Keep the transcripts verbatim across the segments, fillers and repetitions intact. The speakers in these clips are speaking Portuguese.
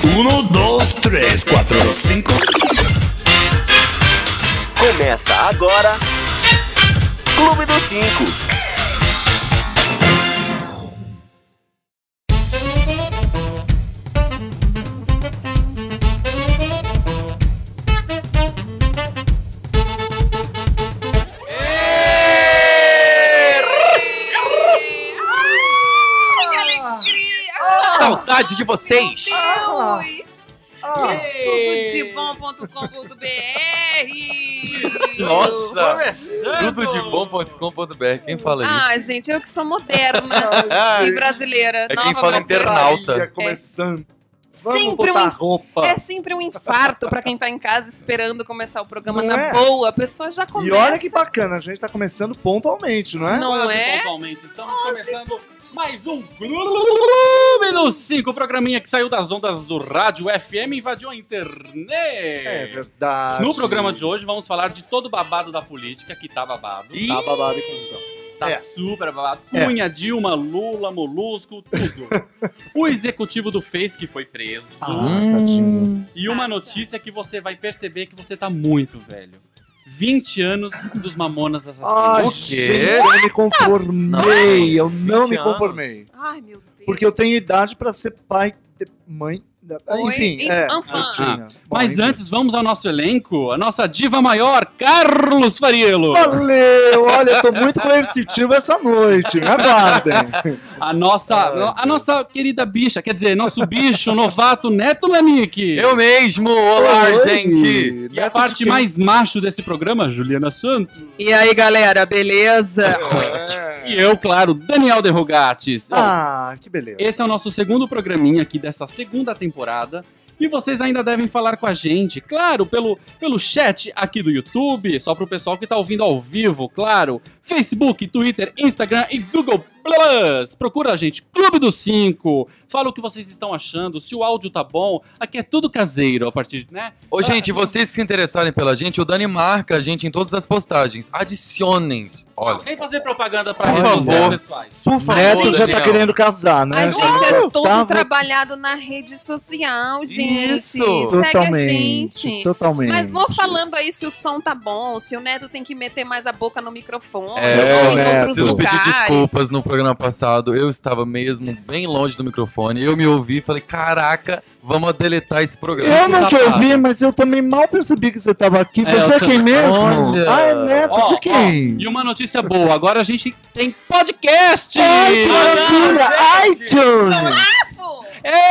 Um, dois, três, quatro, cinco. Começa agora Clube dos Cinco. Saudade de vocês! Deus! Ah. tudo de bom ponto com ponto b r. Nossa! tudo de bom ponto com ponto b r. Quem fala isso? Ah, gente, eu que sou moderna e brasileira. É nova quem fala brasileira. internauta. Ia começando. Vamos Sempre botar um, roupa. É sempre um infarto pra quem tá em casa esperando começar o programa Não na é? boa. A pessoa já começa. E olha que bacana, a gente tá começando pontualmente, não é? Não Quase é? Pontualmente. Estamos começando mais um Clube dos Cinco, programinha que saiu das ondas do rádio F M e invadiu a internet. É verdade. No programa de hoje vamos falar de todo o babado da política, que tá babado. Ih! Tá babado e confusão. Tá É. super babado. É. Cunha, Dilma, Lula, Molusco, tudo. O executivo do Face que foi preso. Ah, tadinho. E uma notícia que você vai perceber que você tá muito velho. vinte anos dos Mamonas Assassinos. Ah, O quê? gente, eu não me conformei. Eu não vinte me anos. conformei. Ai, meu Deus. Porque eu tenho idade pra ser pai, de mãe. Oi? Enfim, Inf- é. enfant. eu tinha. Bom, Mas enfim. antes, vamos ao nosso elenco. A nossa diva maior, Carlos Fariello. Valeu! Olha, eu tô muito coercitivo essa noite. Me aguardem. A nossa, Ai, a nossa querida bicha, quer dizer, nosso bicho novato Neto Lanique. Eu mesmo! Olá, Oi, gente! E a Neto parte de quem? mais macho desse programa, Juliana Santos. E aí, galera, beleza? É. E eu, claro, Daniel Derrogates. Ah, que beleza. Esse é o nosso segundo programinha aqui dessa segunda temporada. E vocês ainda devem falar com a gente, claro, pelo, pelo chat aqui do YouTube, só pro pessoal que tá ouvindo ao vivo, claro. Facebook, Twitter, Instagram e Google Plus. Procura a gente, Clube dos Cinco. Fala o que vocês estão achando, se o áudio tá bom. Aqui é tudo caseiro a partir, né? Ô, gente, vocês que se interessarem pela gente, o Dani marca a gente em todas as postagens. Adicionem. Olha, Sem fazer propaganda pra Por redes favor. sociais pessoais. por favor, Neto já Daniel. tá querendo casar, né? A gente Já é todo estava- trabalhado na rede social, gente. Isso. Segue a Totalmente, gente. totalmente. Mas vou falando aí se o som tá bom, se o Neto tem que meter mais a boca no microfone, É, ou em Neto. outros Eu lugares. pedi desculpas no programa passado, eu estava mesmo bem longe do microfone, eu me ouvi e falei, caraca, vamos deletar esse programa. Eu não te Safado. ouvi, mas eu também mal percebi que você tava aqui. É, Você eu é quem também. mesmo? Olha. Ah, é neto Ó, de quem? E uma notícia boa, agora a gente tem podcast! Ai, que maravilha! iTunes! Pô,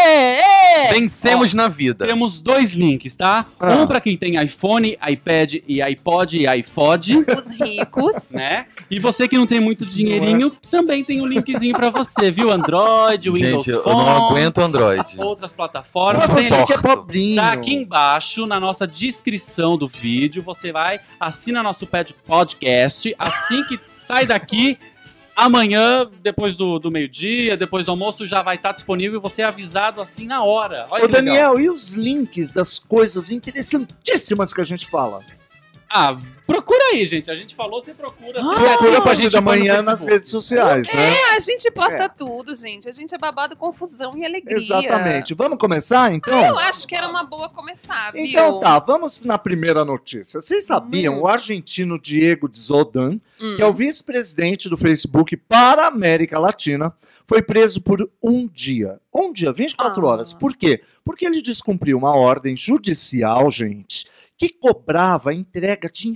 É, é! Vencemos na vida. Temos dois links, tá? Ah. Um pra quem tem iPhone, iPad e iPod e iPod, os ricos. né? E você que não tem muito dinheirinho, também tem um linkzinho pra você, viu? Android, Windows Gente, eu Phone, não aguento Android. outras Eu plataformas. sou Mas você que é torto. pobrinho. Tá aqui embaixo, na nossa descrição do vídeo, você vai, assina nosso pad- podcast, assim que sai daqui, amanhã, depois do, do meio-dia, depois do almoço, já vai estar disponível e você é avisado assim na hora. Olha Ô, que legal. Daniel, e os links das coisas interessantíssimas que a gente fala? Ah, procura aí, gente. A gente falou, você procura. Você Procura com pra gente pôr no amanhã nas Facebook. redes sociais, né? É, a gente posta É. tudo, gente. A gente é babado, confusão e alegria. Exatamente. Vamos começar, então? Eu acho que era uma boa começar, viu? Então tá, vamos na primeira notícia. Vocês sabiam, Hum. o argentino Diego Zodan, Hum. que é o vice-presidente do Facebook para a América Latina, foi preso por um dia. Um dia, vinte e quatro Ah. horas. Por quê? Porque ele descumpriu uma ordem judicial, gente, que cobrava a entrega de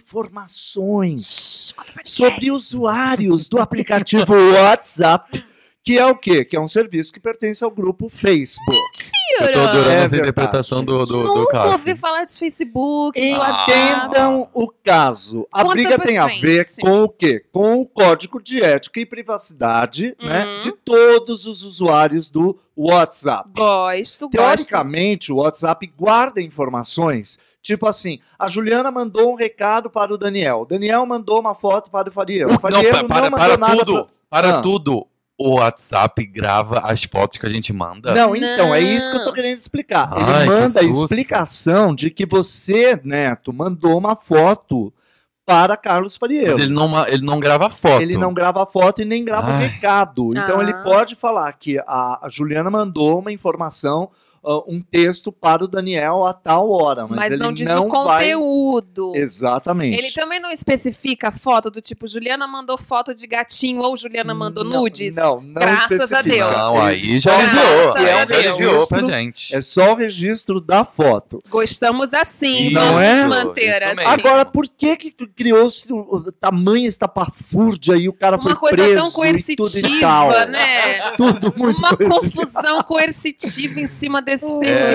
informações sobre usuários do aplicativo WhatsApp, que é o quê? Que é um serviço que pertence ao grupo Facebook. Eu tô adorando É essa verdade. interpretação do, do, do Nunca Cássio. ouvi falar de Facebook, de WhatsApp. Entendam o caso. A Conta briga pra tem a gente. ver com o quê? Com o código de ética e privacidade, né, Uhum. de todos os usuários do WhatsApp. Gosto, gosto. Teoricamente, o WhatsApp guarda informações, tipo assim, a Juliana mandou um recado para o Daniel, o Daniel mandou uma foto para o Fariello, o Não, Fariello para, não para, mandou para nada tudo. pra- Para Ah. tudo. O WhatsApp grava as fotos que a gente manda. Não, então, Não. é isso que eu tô querendo explicar. Ai, Ele que manda a susto. explicação de que você, Neto, mandou uma foto para Carlos Fariello. Mas ele não, ma- ele não grava foto. Ele não grava foto e nem grava Ai. recado. Então Ah. ele pode falar que a, a Juliana mandou uma informação uh, um texto para o Daniel a tal hora. Mas, Mas ele não diz não o vai... conteúdo. Exatamente. Ele também não especifica a foto do tipo, Juliana mandou foto de gatinho ou Juliana mandou Não, nudes. Não, não Graças a especifica. Deus. Não, aí já Graças aliviou. a Aí já Deus. aliviou pra gente. É só o registro da foto. Gostamos assim, Isso, vamos é? manter isso assim. mesmo. Agora, por que que criou-se o o tamanho estapafúrdia e o cara Uma foi coisa preso tão e tudo e tal? coercitiva, né? Tudo muito Uma coercitivo. confusão coercitiva em cima desse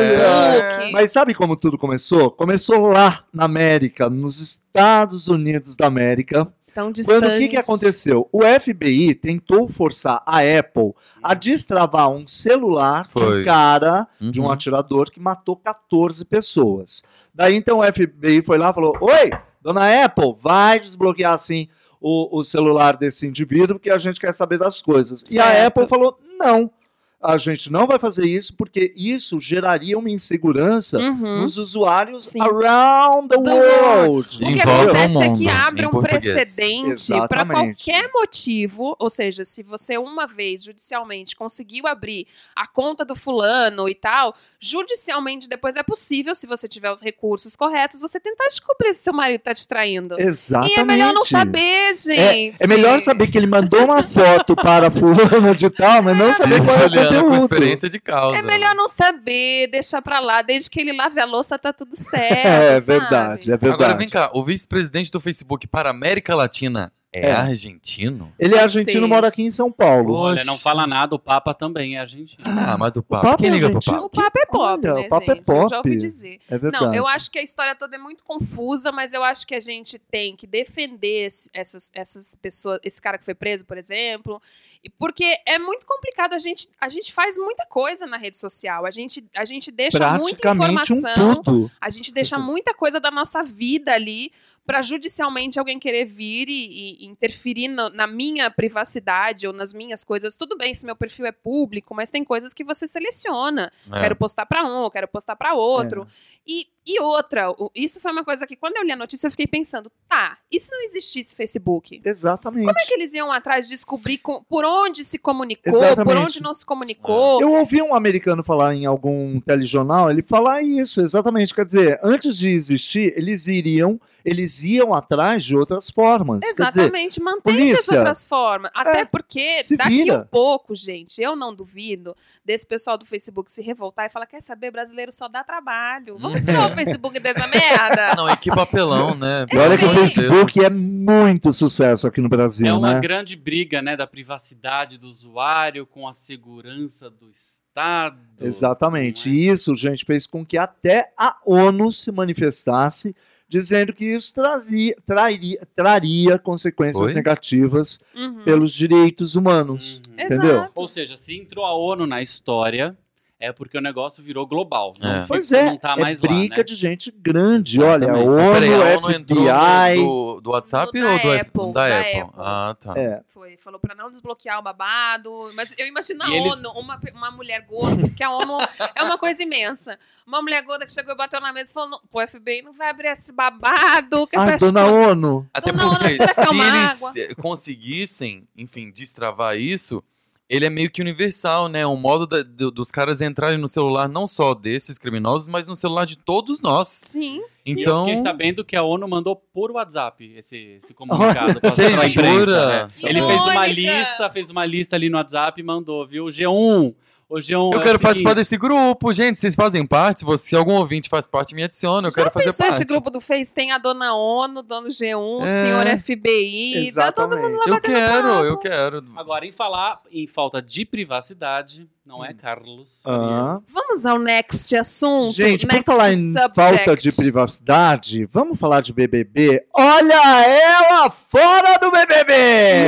É. Facebook. Mas sabe como tudo começou? Começou lá na América, nos Estados Unidos da América. Tão distante. Quando o que, que aconteceu? O F B I tentou forçar a Apple a destravar um celular de Foi. um cara, de um Uhum. atirador, que matou catorze pessoas. Daí então o F B I foi lá e falou: Oi, dona Apple, vai desbloquear assim o, o celular desse indivíduo, porque a gente quer saber das coisas. E a Certo. Apple falou: não, a gente não vai fazer isso, porque isso geraria uma insegurança Uhum. nos usuários Sim. around the The world. O Em que volta ao acontece é mundo, que abre em um português. precedente para Exatamente. qualquer motivo, ou seja, se você uma vez judicialmente conseguiu abrir a conta do fulano e tal, judicialmente depois é possível, se você tiver os recursos corretos, você tentar descobrir se seu marido tá te traindo. Exatamente. E é melhor não saber, gente. É, é melhor saber que ele mandou uma foto para fulano de tal, mas não saber qual é o Juliana com conteúdo. experiência de causa. É melhor não saber, deixar pra lá, desde que ele lave a louça tá tudo certo. É sabe? verdade, é verdade. Agora vem cá, o vice-presidente do Facebook para a América Latina é, É. argentino? Ele é argentino, Seis. mora aqui em São Paulo. Oxe. Olha, não fala nada, o Papa também é argentino. Ah, mas o Papa, Papa quem é liga pro argentino? Papa? O papo é pop, Olha, né, o papo é gente? Eu já ouvi pop. dizer. É verdade. Não, eu acho que a história toda é muito confusa, mas eu acho que a gente tem que defender esse- essas, essas pessoas, esse cara que foi preso, por exemplo, e porque é muito complicado, a gente, a gente faz muita coisa na rede social, a gente, a gente deixa muita Praticamente um informação, tudo. a gente deixa muita coisa da nossa vida ali para judicialmente alguém querer vir e, e interferir no- na minha privacidade ou nas minhas coisas. Tudo bem se meu perfil é público, mas tem coisas que você seleciona. É. Quero postar pra um, eu quero postar pra outro. E, e outra, o- isso foi uma coisa que quando eu li a notícia eu fiquei pensando, tá, e se não existisse Facebook? Exatamente. Como é que eles iam atrás de descobrir com- por onde se comunicou, Exatamente. por onde não se comunicou? Eu ouvi um americano falar em algum telejornal, ele falar isso, exatamente. Quer dizer, antes de existir, eles iriam, eles iam atrás de outras formas. Quer dizer, Exatamente, mantém-se as polícia, outras formas. Até é, porque se daqui vira. um pouco, gente, eu não duvido desse pessoal do Facebook se revoltar e falar: quer saber, brasileiro só dá trabalho. Vamos tirar o Facebook dessa merda. Não, e que papelão, né? e olha que o Pelo amor de Facebook é Deus. muito sucesso aqui no Brasil, É uma né? grande briga, né, da privacidade do usuário com a segurança do Estado. Exatamente. não é? E isso, gente, fez com que até a ONU se manifestasse dizendo que isso trazia, traria, traria consequências Oi? negativas Uhum. pelos direitos humanos. Uhum. Entendeu? Exato. Ou seja, se entrou a ONU na história, é porque o negócio virou global. Não, É. fica- Pois é, não tá é mais briga lá, né? de gente grande. Exatamente. Olha, Mas peraí, ONU, a ONU entrou F B I. no- do, do WhatsApp Do- da ou do F- Apple, da, da Apple? Apple. Ah, tá. É. Foi, falou pra não desbloquear o babado. Mas eu imagino a E eles- ONU, uma, pe- uma mulher gorda, porque a ONU é uma coisa imensa. Uma mulher gorda que chegou e bateu na mesa e falou: não, pô, F B I não vai abrir esse babado. Que é Ah, pra dona esconder." ONU. Até Dona Ana, porque será que é se uma eles água? eh, conseguissem, enfim, destravar isso, ele é meio que universal, né? Um modo da- do- dos caras entrarem no celular não só desses criminosos, mas no celular de todos nós. Sim. Então, Eu fiquei sabendo que a ONU mandou por WhatsApp esse, esse comunicado pra, Você pra imprensa. jura? né? Ele fez uma Irônica. lista, fez uma lista ali no WhatsApp e mandou, viu? G um. O G um eu é o quero seguinte, participar desse grupo, gente. Vocês fazem parte? Se, você, se algum ouvinte faz parte, me adiciona. Eu Já quero fazer pensou parte. esse grupo do Face? Tem a dona ONU, dono G um, É. senhor F B I. Tá todo Exatamente. mundo lá Eu batendo quero, papo. eu quero. Agora, em falar em falta de privacidade, não é, Carlos? Ah. Vamos ao next assunto. Gente, por next falar em subject. falta de privacidade, vamos falar de B B B? Olha ela fora do B B B!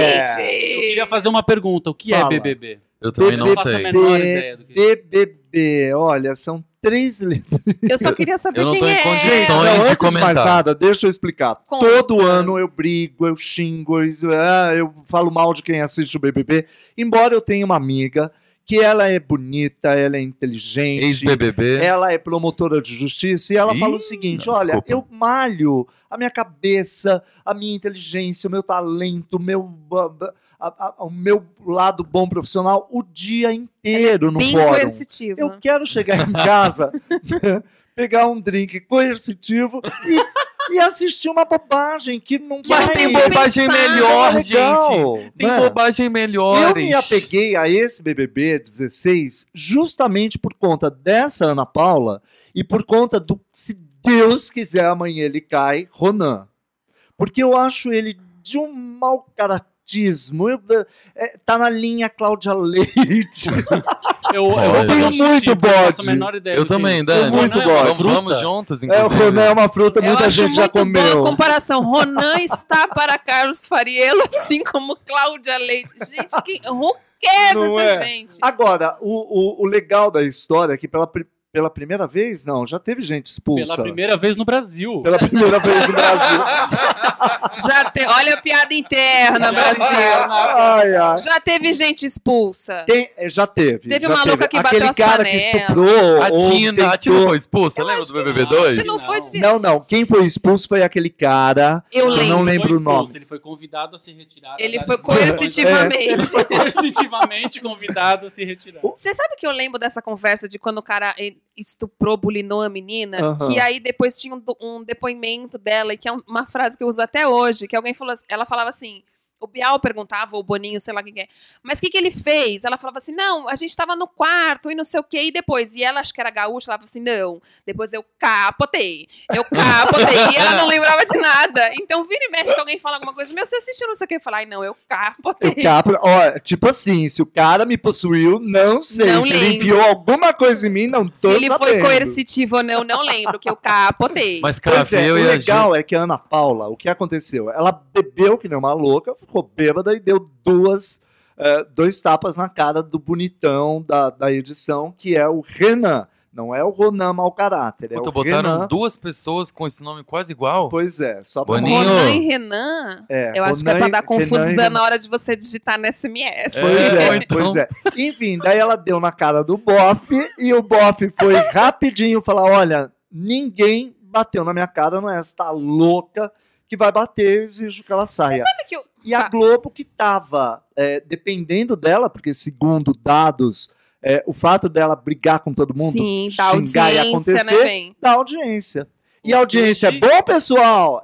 Eu queria fazer uma pergunta. O que Fala. é B B B? Eu também não Não faço a sei. menor ideia do que B B B, olha, são três letras. Eu só queria saber Eu não quem tô em é. condições. Não, de antes de comentar. mais nada, deixa eu explicar. Conta. Todo ano eu brigo, eu xingo, eu, ah, eu falo mal de quem assiste o B B B, embora eu tenha uma amiga que ela é bonita, ela é inteligente, Ex-B B B. ela é promotora de justiça e ela Ih, fala o seguinte, não, olha, desculpa. eu malho a minha cabeça, a minha inteligência, o meu talento, o meu, a- a- o meu lado bom profissional o dia inteiro no Bem fórum. coercitivo. Eu quero chegar em casa, pegar um drink coercitivo e, e assistir uma bobagem que não Que vai... Mas tem Vai bobagem pensar. melhor, Legal, gente. Tem né? bobagem Eu melhores. me apeguei a esse B B B dezesseis justamente por conta dessa Ana Paula e por conta do, se Deus quiser, amanhã ele cai, Ronan. Porque eu acho ele de um mau caratismo. Eu, é, tá na linha Cláudia Leite. Eu, eu, Eu vou tenho fazer um muito chute, eu não faço a bode. menor ideia Eu do que é também, isso. Dani. Muito Ronan é bode. uma Vamos, fruta? vamos juntos, É, o inclusive. Ronan é uma fruta, Eu muita acho gente já muito boa a comeu. comparação. Ronan está para Carlos Fariello, assim como Cláudia Leite. Gente, quem... who cares Não essa é? gente? Agora, o, o, o legal da história é que pela, pri- pela primeira vez, não, já teve gente expulsa. Pela primeira vez no Brasil. Pela primeira vez no Brasil. Já te... Olha a piada interna, Brasil. Ai, ai. Já teve gente expulsa. Tem, é, já teve. Teve já uma louca que Aquele bateu as cara que panelas. estuprou. A ou Tina, a Tina tentou- foi expulsa, Eu lembra acho do que B B B dois? Você não foi de Não, não. Quem foi expulso foi aquele cara. Eu Eu lembro. não Ele lembro foi o nome. expulso, Ele foi convidado a se retirar. Ele das foi discussões. É. Ele coercitivamente. foi coercitivamente convidado a se retirar. Você sabe que eu lembro dessa conversa de quando o cara eh, estuprou, bulinou a menina? Aham. Que aí depois tinha um, do- um depoimento dela, e que é um- uma frase que eu uso até hoje, que alguém falou, assim- ela falava assim, o Bial perguntava, ou o Boninho, sei lá quem que é, mas o que, que ele fez? Ela falava assim, não, a gente tava no quarto e não sei o que, e depois, e ela, acho que era gaúcha, ela falava assim, não, depois eu capotei, eu capotei, e ela não lembrava de nada. Então, vira e mexe que alguém fala alguma coisa, meu, você assistiu não sei o que, eu falo, ai, não, eu capotei. Eu capro, ó, tipo assim, se o cara me possuiu, não sei. Não se ele lembro. enfiou alguma coisa em mim, não tô Se ele foi sabendo. coercitivo ou não, não lembro, que eu capotei. Mas, cara, Pois é, eu o e a Ju... legal é que a Ana Paula, o que aconteceu? Ela bebeu que nem uma louca, ficou bêbada e deu duas, eh, dois tapas na cara do bonitão da, da edição, que é o Renan. Não é o Ronan mau caráter, é Puta, o botaram Renan. duas pessoas com esse nome quase igual. Pois é, só pra Boninho. Ronan e Renan, É, eu acho que é Ronan pra e- dar Renan e confusão Renan. na hora de você digitar no S M S. Pois É, é, ou então- pois é. Enfim, daí ela deu na cara do bofe e o bofe foi rapidinho falar: olha, ninguém bateu na minha cara, não é esta louca que vai bater, eu exijo que ela saia. Sabe que eu... E a Tá. Globo que estava dependendo dela, porque segundo dados, é, o fato dela brigar com todo mundo, Sim, da xingar e audiência, acontecer, né, bem? dá audiência. E Ou a audiência seja- é bom, pessoal?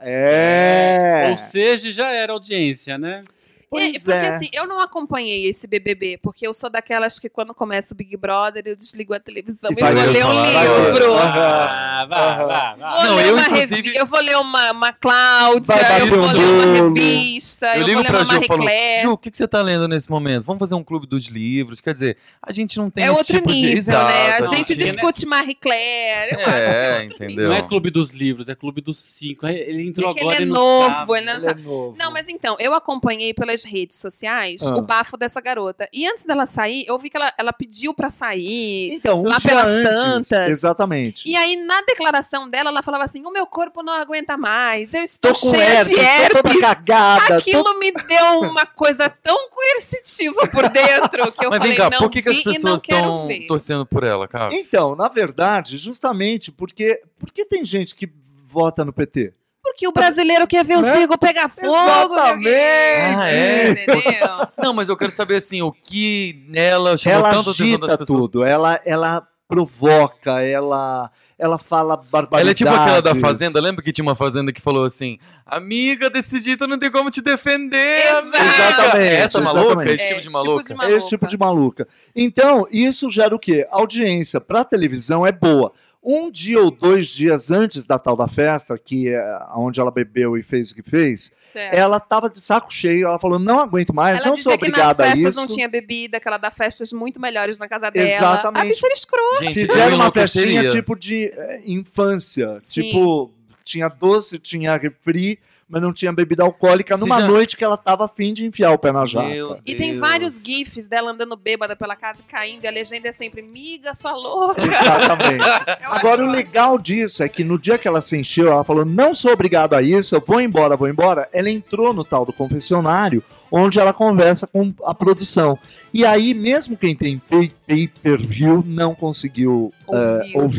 É. Ou seja, já era audiência, né? É, Pois porque é. assim, eu não acompanhei esse B B B, porque eu sou daquelas que quando começa o Big Brother, eu desligo a televisão E e, vai vou ler ler um falar, vai livro. ler. Ah, vai, vai, vai. Vou Não, ler eu, uma inclusive- revi- eu vou ler uma, uma Cláudia, Vai bater eu vou um ler uma bolo. revista, Eu eu, ligo vou ler pra uma Ju e Marie falo, Claire. Ju, o que, que você tá lendo nesse momento? Vamos fazer um clube dos livros? Quer dizer, a gente não tem É esse outro tipo de... nível, Exato, né? A não, gente porque, né? discute Marie Claire. Eu acho que É, outro nível. entendeu? Não é clube dos livros, é clube dos cinco. Ele entrou Porque agora ele é e não novo, sabe. ele não Ele sabe. é novo. Não, mas então, eu acompanhei pelas redes sociais Ah. o bafo dessa garota. E antes dela sair, eu vi que ela, ela pediu pra sair. Então, um lá dia pelas antes, tantas. exatamente. E aí, na declaração dela, ela falava assim: o meu corpo não aguenta mais, eu estou Tô com cheia herpes, de tô toda herpes. cagada. Aquilo tô- me deu uma coisa tão coercitiva por dentro que eu Mas falei, vem cá, não por que, que as vi e não pessoas quero estão ver. torcendo por ela, cara? Então, na verdade, justamente porque... Por que tem gente que vota no P T? Porque o brasileiro quer ver o Né? circo pegar fogo, meu Exatamente. querido. Ah, é? Entendeu? Não, mas eu quero saber, assim, o que nela chamou Ela tanto a atenção das agita pessoas. tudo, ela, ela provoca, ela, ela fala barbaridades. Ela é tipo aquela da Fazenda, lembra que tinha uma Fazenda que falou assim, amiga, desse jeito não tem como te defender, Exato. amiga. Exatamente, Essa maluca, exatamente. esse tipo É, de tipo maluca. de É maluca. esse tipo de maluca. Então, isso gera o quê? Audiência para televisão é boa. Um dia ou dois dias antes da tal da festa, que é onde ela bebeu e fez o que fez, Certo. ela tava de saco cheio, ela falou, não aguento mais, Ela não sou dizia que nas obrigada a festas isso. não tinha bebida, que ela dá festas muito melhores na casa dela. Exatamente. A bicha era escrota. Gente, eu Fizeram uma enlouqueceria. festinha tipo de eh, infância. Sim. Tipo, tinha doce, tinha refri, mas não tinha bebida alcoólica. Você Numa já- noite que ela tava afim de enfiar o pé na jaca. Meu E tem Deus. vários gifs dela andando bêbada pela casa e caindo, e a legenda é sempre, miga, sua louca. Exatamente. Eu Agora, acho o legal disso é que no dia que ela se encheu, ela falou, não sou obrigado a isso, eu vou embora, vou embora. Ela entrou no tal do confessionário, onde ela conversa com a produção. E aí, mesmo quem tem pay- pay-per-view, não conseguiu eh, Ouviu. ouvir.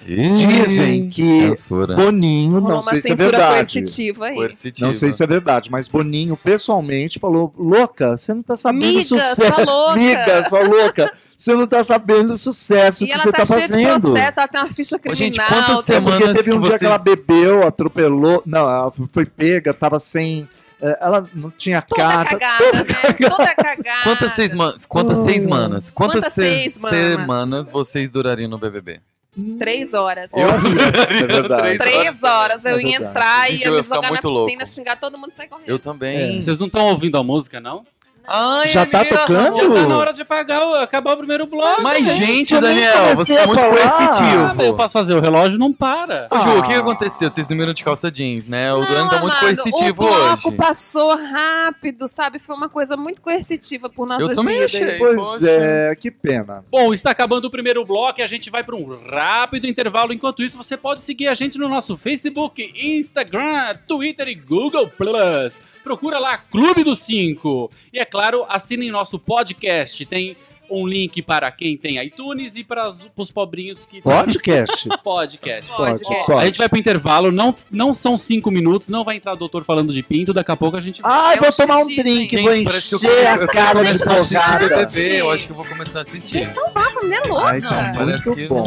Dizem que Censura. Boninho, Rolou não uma sei se é censura verdade. coercitiva aí. Coercitiva. Não sei se é verdade, mas Boninho pessoalmente falou: louca, você não tá sabendo o Miga, sucesso. sua louca. Miga, sua louca. Você não tá sabendo o sucesso E que ela você tá, tá cheia fazendo. de processo, ela tem uma ficha Ô, criminal. gente, quantas tem- É porque semanas teve um que dia que vocês- ela bebeu, atropelou. Não, ela foi pega, tava sem. eh, Ela não tinha Toda carta. cagada, né? Toda cagada. Quantas seis manas? Quantas Hum. seis manas? Quantas, Quantas seis seis mamas? semanas vocês durariam no B B B? Três horas. Eu Olha, duraria é verdade. três Três horas. Eu É ia verdade. entrar, Gente, ia eu me ia ficar jogar na muito piscina, louco. xingar todo mundo e sair correndo. Eu também. Vocês não estão ouvindo a música, não? Ai, Já tá Emília, tocando? Já tá na hora de apagar o- acabar o primeiro bloco. Mas, né? gente, eu nem Daniel, comecei você é a muito falar. Ah, mas eu coercitivo. posso fazer, o relógio não para. Ô, Ju, o que que Ah. aconteceu? Vocês dormiram de calça jeans, né? O Não, Dani tá muito amado, coercitivo o bloco hoje. passou rápido, sabe? Foi uma coisa muito coercitiva por nossas Eu também vidas. achei. Pois Poxa. é, que pena. Bom, está acabando o primeiro bloco e a gente vai para um rápido intervalo. Enquanto isso, você pode seguir a gente no nosso Facebook, Instagram, Twitter e Google Plus. Procura lá Clube dos Cinco. E é claro, assinem nosso podcast. Tem um link para quem tem iTunes e para os pobrinhos que Podcast. podcast. Pode, Pode, é. pode. A gente vai pro intervalo, não, não são cinco minutos, não vai entrar o doutor falando de pinto, daqui a pouco a gente vai. Ai, É vou um tomar um xixi, drink, gente. vou Gente, parece que eu encher a eu cara quero de começar a assistir porrada. B B B. Eu acho que eu vou começar a assistir. Gente, não vá, família é louca. Ai, tá Parece muito que bom.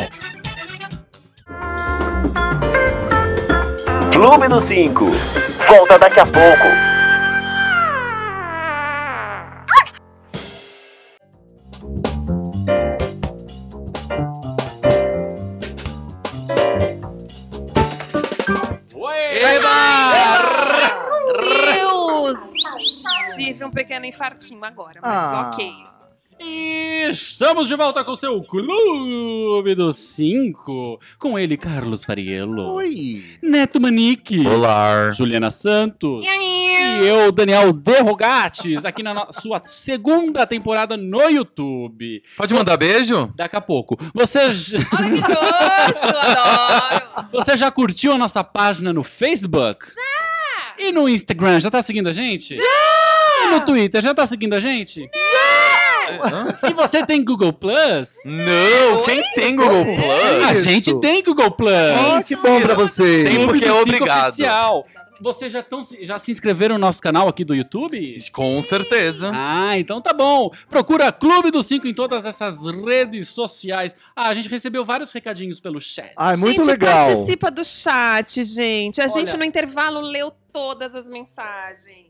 Clube dos Cinco. Volta daqui a pouco. Deus! Tive um pequeno infartinho agora, mas Ah. ok. E estamos de volta com o seu Clube dos Cinco. Com ele, Carlos Fariello. Oi. Neto Manique. Olá. Juliana Santos. E aí? E eu, Daniel Derrogates, aqui na no- sua segunda temporada no YouTube. Pode mandar beijo? Daqui a pouco. Você, j- Olha que grosso, adoro! você já curtiu a nossa página no Facebook? Já! E no Instagram, já tá seguindo a gente? Já! E no Twitter, já tá seguindo a gente? Hã? E você tem Google Plus? Não, quem tem Google Plus? A isso? gente tem Google Plus! Oh, que bom pra vocês. Tem porque é Clube dos Cinco obrigado. Oficial. Vocês já, tão, já se inscreveram no nosso canal aqui do YouTube? Com certeza. Ah, então tá bom. Procura Clube dos Cinco em todas essas redes sociais. Ah, a gente recebeu vários recadinhos pelo chat. Ai, muito gente, legal. participa do chat, gente. A gente Olha. no intervalo leu todas as mensagens.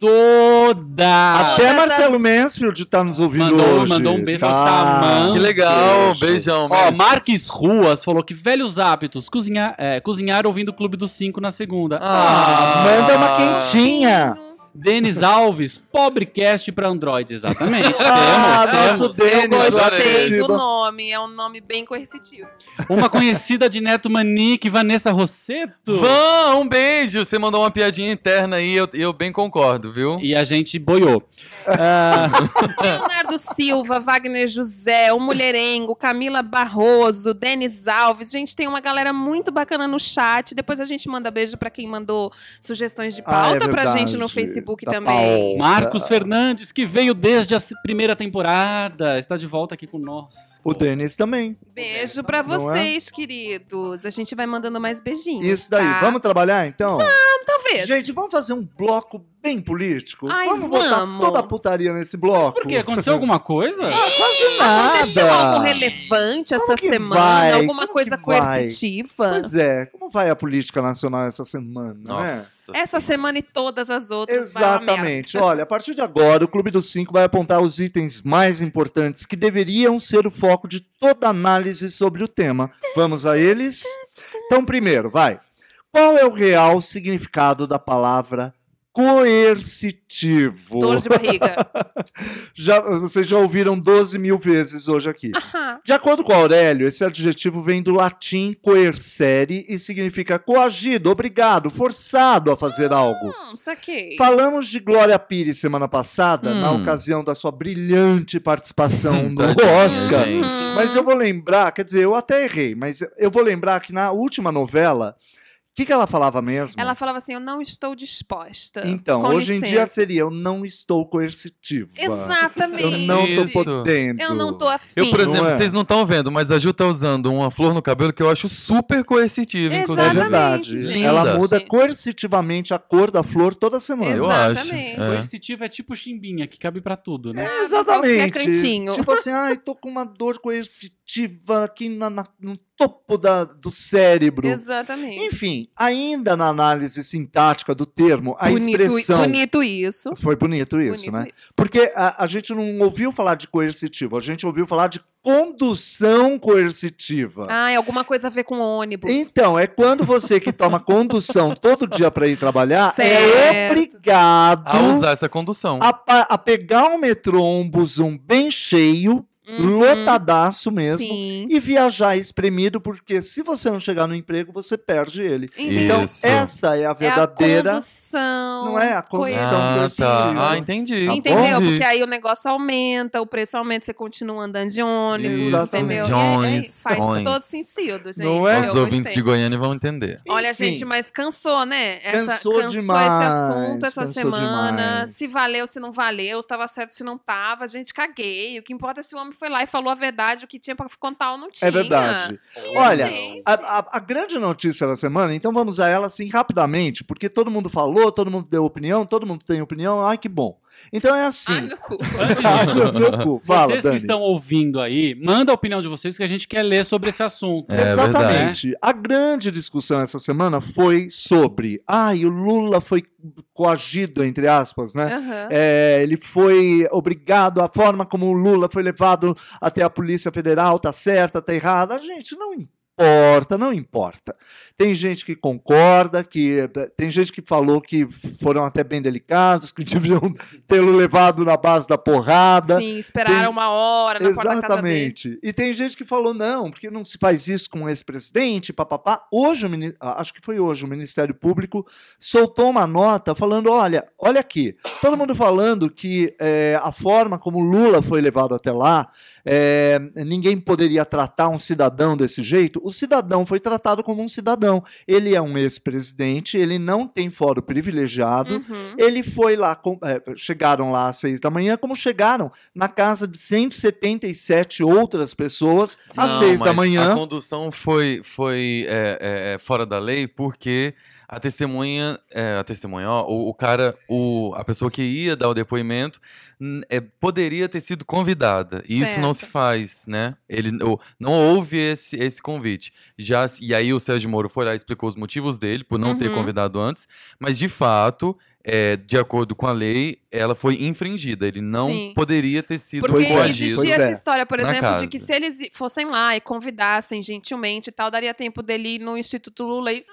Toda! Até Todas Marcelo as- Mansfield tá nos ouvindo Mandou- hoje. mandou um beijo, Tá. falou que tá amando. Que legal, Beijo. beijão. Ó, mestre. Marques Ruas falou que velhos hábitos, cozinhar, é, cozinhar ouvindo o Clube dos Cinco na segunda. Ah, Manda uma quentinha. Denis Alves, pobrecast pra Android, exatamente. Ah, temos, nosso temos. Eu Denis. gostei adorei. do nome, é um nome bem coercitivo. Uma conhecida de Neto Manique, Vanessa Rosseto. Van, um beijo. Você mandou uma piadinha interna aí, eu, eu bem concordo, viu? E a gente boiou. Ah, Leonardo Silva, Wagner José, o Mulherengo, Camila Barroso, Denis Alves. Gente, tem uma galera muito bacana no chat. Depois a gente manda beijo pra quem mandou sugestões de Ah, é pauta pra verdade. gente no Facebook Da também. pauta. Marcos Fernandes, que veio desde a primeira temporada, está de volta aqui conosco. O Denis também. Beijo pra Não é? vocês, queridos. A gente vai mandando mais beijinhos. Isso daí. tá? Vamos trabalhar, então? Talvez. Gente, vamos fazer um bloco bem político? Ai, vamos botar vamos. toda a putaria nesse bloco? Por quê? Aconteceu alguma coisa? Quase Aconteceu nada. algo relevante Como essa que semana? vai? Alguma Como coisa que vai? coercitiva? Pois é, como vai a política nacional essa semana, né? Nossa. Essa semana e todas as outras. vai uma merda. Exatamente. Olha, a partir de agora, o Clube dos Cinco vai apontar os itens mais importantes que deveriam ser o foco de toda análise sobre o tema. Vamos a eles? Então, primeiro, vai. Qual é o real significado da palavra coercitivo? Dor de barriga. Já, vocês já ouviram doze mil vezes hoje aqui. Aham. De acordo com Aurélio, esse adjetivo vem do latim coercere e significa coagido, obrigado, forçado a fazer algo. Hum, saquei. Falamos de Glória Pires semana passada, Hum. na ocasião da sua brilhante participação no Tadinha, Oscar. gente. Mas eu vou lembrar, quer dizer, eu até errei, mas eu vou lembrar que na última novela, que, que ela falava mesmo? Ela falava assim, eu não estou disposta. Então, Com hoje em dia licença. seria, eu não estou coercitiva. Exatamente. Eu não tô Isso. podendo. Eu não tô afim. Eu, por exemplo, Não é? vocês não estão vendo, mas a Ju tá usando uma flor no cabelo que eu acho super coercitiva, É inclusive. Exatamente, verdade. gente. Ela Linda. muda coercitivamente a cor da flor toda semana. Eu acho. Exatamente. É. Coercitivo é tipo chimbinha, que cabe pra tudo, né? É, exatamente. qualquer cantinho. Tipo assim, ai, tô com uma dor coercitiva aqui na- na- no topo da, do cérebro. Exatamente. Enfim, ainda na análise sintática do termo, a bonito, expressão... bonito isso. Foi bonito isso, bonito né? isso. Porque a, a gente não ouviu falar de coercitivo, a gente ouviu falar de condução coercitiva. Ah, é alguma coisa a ver com ônibus. Então, é quando você que toma condução todo dia para ir trabalhar é Certo. obrigado A usar essa condução. a, pa- a pegar um metrô, um busão bem cheio, Uhum. lotadaço mesmo, Sim. e viajar espremido, porque se você não chegar no emprego, você perde ele. Entendi. Então, Isso. essa é a É a verdadeira... condução. Não é a condução Ah, coercitiva. tá. Ah, entendi. Tá Entendeu? Entendi. Porque aí o negócio aumenta, o preço aumenta, você continua andando de ônibus, Isso. entendeu? Jones, E aí, faz jones. todo sentido, gente. Não é? Eu Os ouvintes gostei. de Goiânia vão entender. Olha, Enfim. gente, mas cansou, né? Essa, Cansou cansou demais, esse assunto essa cansou semana. demais. Se valeu, se não valeu, se tava certo, se não tava. Gente, caguei. O que importa é se o homem foi lá e falou a verdade, o que tinha pra contar ou não tinha. É verdade. Minha Olha, gente. a, a- a grande notícia da semana, então vamos a ela assim rapidamente, porque todo mundo falou, todo mundo deu opinião, todo mundo tem opinião, ai que bom. Então é Ai, assim. meu cu. Antes Ai, disso, meu, meu cu. Fala, vocês Dani. que estão ouvindo aí, manda a opinião de vocês que a gente quer ler sobre esse assunto. É Exatamente. A grande discussão essa semana foi sobre, ai, o Lula foi coagido, entre aspas, né? Aham. É, ele foi obrigado, a forma como o Lula foi levado até a Polícia Federal, tá certa, tá errada. Gente, não importa, não importa. Tem gente que concorda, que tem gente que falou que foram até bem delicados, que deviam tê-lo levado na base da porrada. Sim, esperaram tem- uma hora na porta da casa dele. Exatamente. E tem gente que falou, não, porque não se faz isso com o ex-presidente, papapá. Hoje, o mini- ah, acho que foi hoje, o Ministério Público soltou uma nota falando, olha, olha aqui, todo mundo falando que é, a forma como o Lula foi levado até lá, é, ninguém poderia tratar um cidadão desse jeito. O cidadão foi tratado como um cidadão. Ele é um ex-presidente, ele não tem fórum privilegiado, Uhum. ele foi lá, com- é, chegaram lá às seis da manhã, como chegaram na casa de cento e setenta e sete outras pessoas às Não, seis da mas manhã. A condução foi, foi é, é, é, fora da lei porque a testemunha, é, a testemunha, ó, o, o cara, o, a pessoa que ia dar o depoimento n- é, poderia ter sido convidada. E isso não se Certo. faz, né? Ele, o- não houve esse, esse convite. Já, e aí o Sérgio Moro foi lá e explicou os motivos dele por não ter Uhum. convidado antes, mas de fato, é, de acordo com a lei, ela foi infringida. Ele não Sim. poderia ter sido Porque Pois é, coagido. pois existia é. essa história, por Na exemplo, de casa. que se eles i- fossem lá e convidassem gentilmente e tal, daria tempo dele ir no Instituto Lula e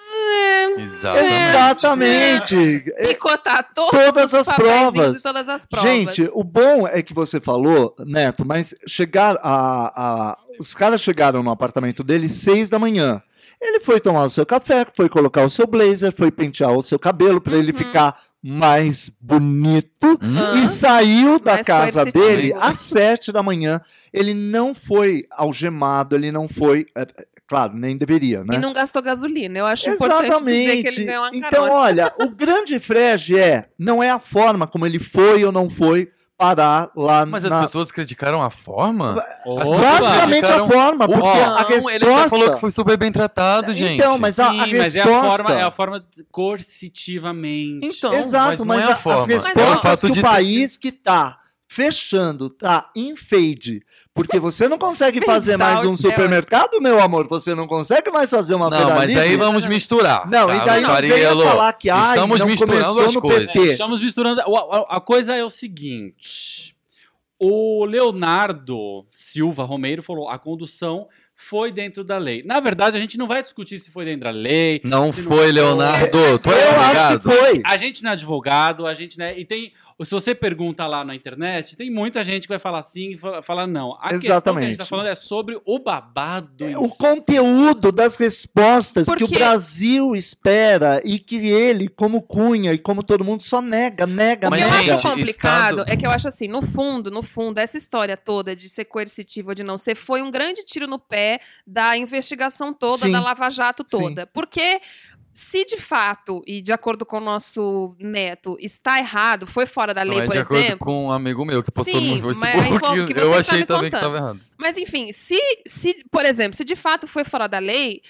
Exatamente. Exatamente. picotar todos Todas os as papeizinhos provas. e todas as provas. Gente, o bom é que você falou, Neto, mas chegar a, a- os caras chegaram no apartamento dele seis da manhã. Ele foi tomar o seu café, foi colocar o seu blazer, foi pentear o seu cabelo para ele Uhum. ficar mais bonito Hã? e saiu da Mais casa coercitivo. dele às sete da manhã. Ele não foi algemado, ele não foi, é, é, claro, nem deveria, né? E não gastou gasolina. Eu acho importante dizer que ele ganhou uma Então, carona. olha, o grande frege é, não é a forma como ele foi ou não foi parar lá Mas na... as pessoas criticaram a forma? As Opa! pessoas Basicamente a criticaram- forma, porque Não, a ele até resposta... falou que foi super bem tratado, gente. Então, mas a, Sim, a mas é a resposta... forma, é a forma de- coercitivamente. Então, Exato, mas mas, não é a a- forma. as Mas, ó, respostas o fato que de o ter país que tá fechando, tá em fade, porque você não consegue fazer mais um out, é supermercado, meu amor, você não consegue mais fazer uma Não, feira mas aí livre. vamos misturar. Não, tá? e daí não venha Fariello, falar que ai, estamos não misturando começou as no coisas. P T. Estamos misturando. A, a- a coisa é o seguinte: o Leonardo Silva Romeiro falou a condução foi dentro da lei. Na verdade, a gente não vai discutir se foi dentro da lei. Não se foi, Leonardo. Tu é Eu acho advogado? que foi. A gente não é advogado, a gente né, e tem. Se você pergunta lá na internet, tem muita gente que vai falar sim e fa- falar não. A questão que a Exatamente. gente tá falando é sobre o babado. em O si. conteúdo das respostas que o Porque- Brasil espera e que ele, como Cunha e como todo mundo, só nega, nega, O que Mas, eu nega. acho gente, complicado Estado- é que eu acho assim, no fundo, no fundo, essa história toda de ser coercitivo ou de não ser, foi um grande tiro no pé da investigação toda, Sim. da Lava Jato toda. Porque se de fato, e de acordo com o nosso neto, está errado, foi fora da lei, Não, é por de acordo exemplo... com um amigo meu que postou Sim, no mas Facebook, aí foi o que você eu tá achei me também que contando. tava errado. Mas enfim, se, se, por exemplo, se de fato foi fora da lei,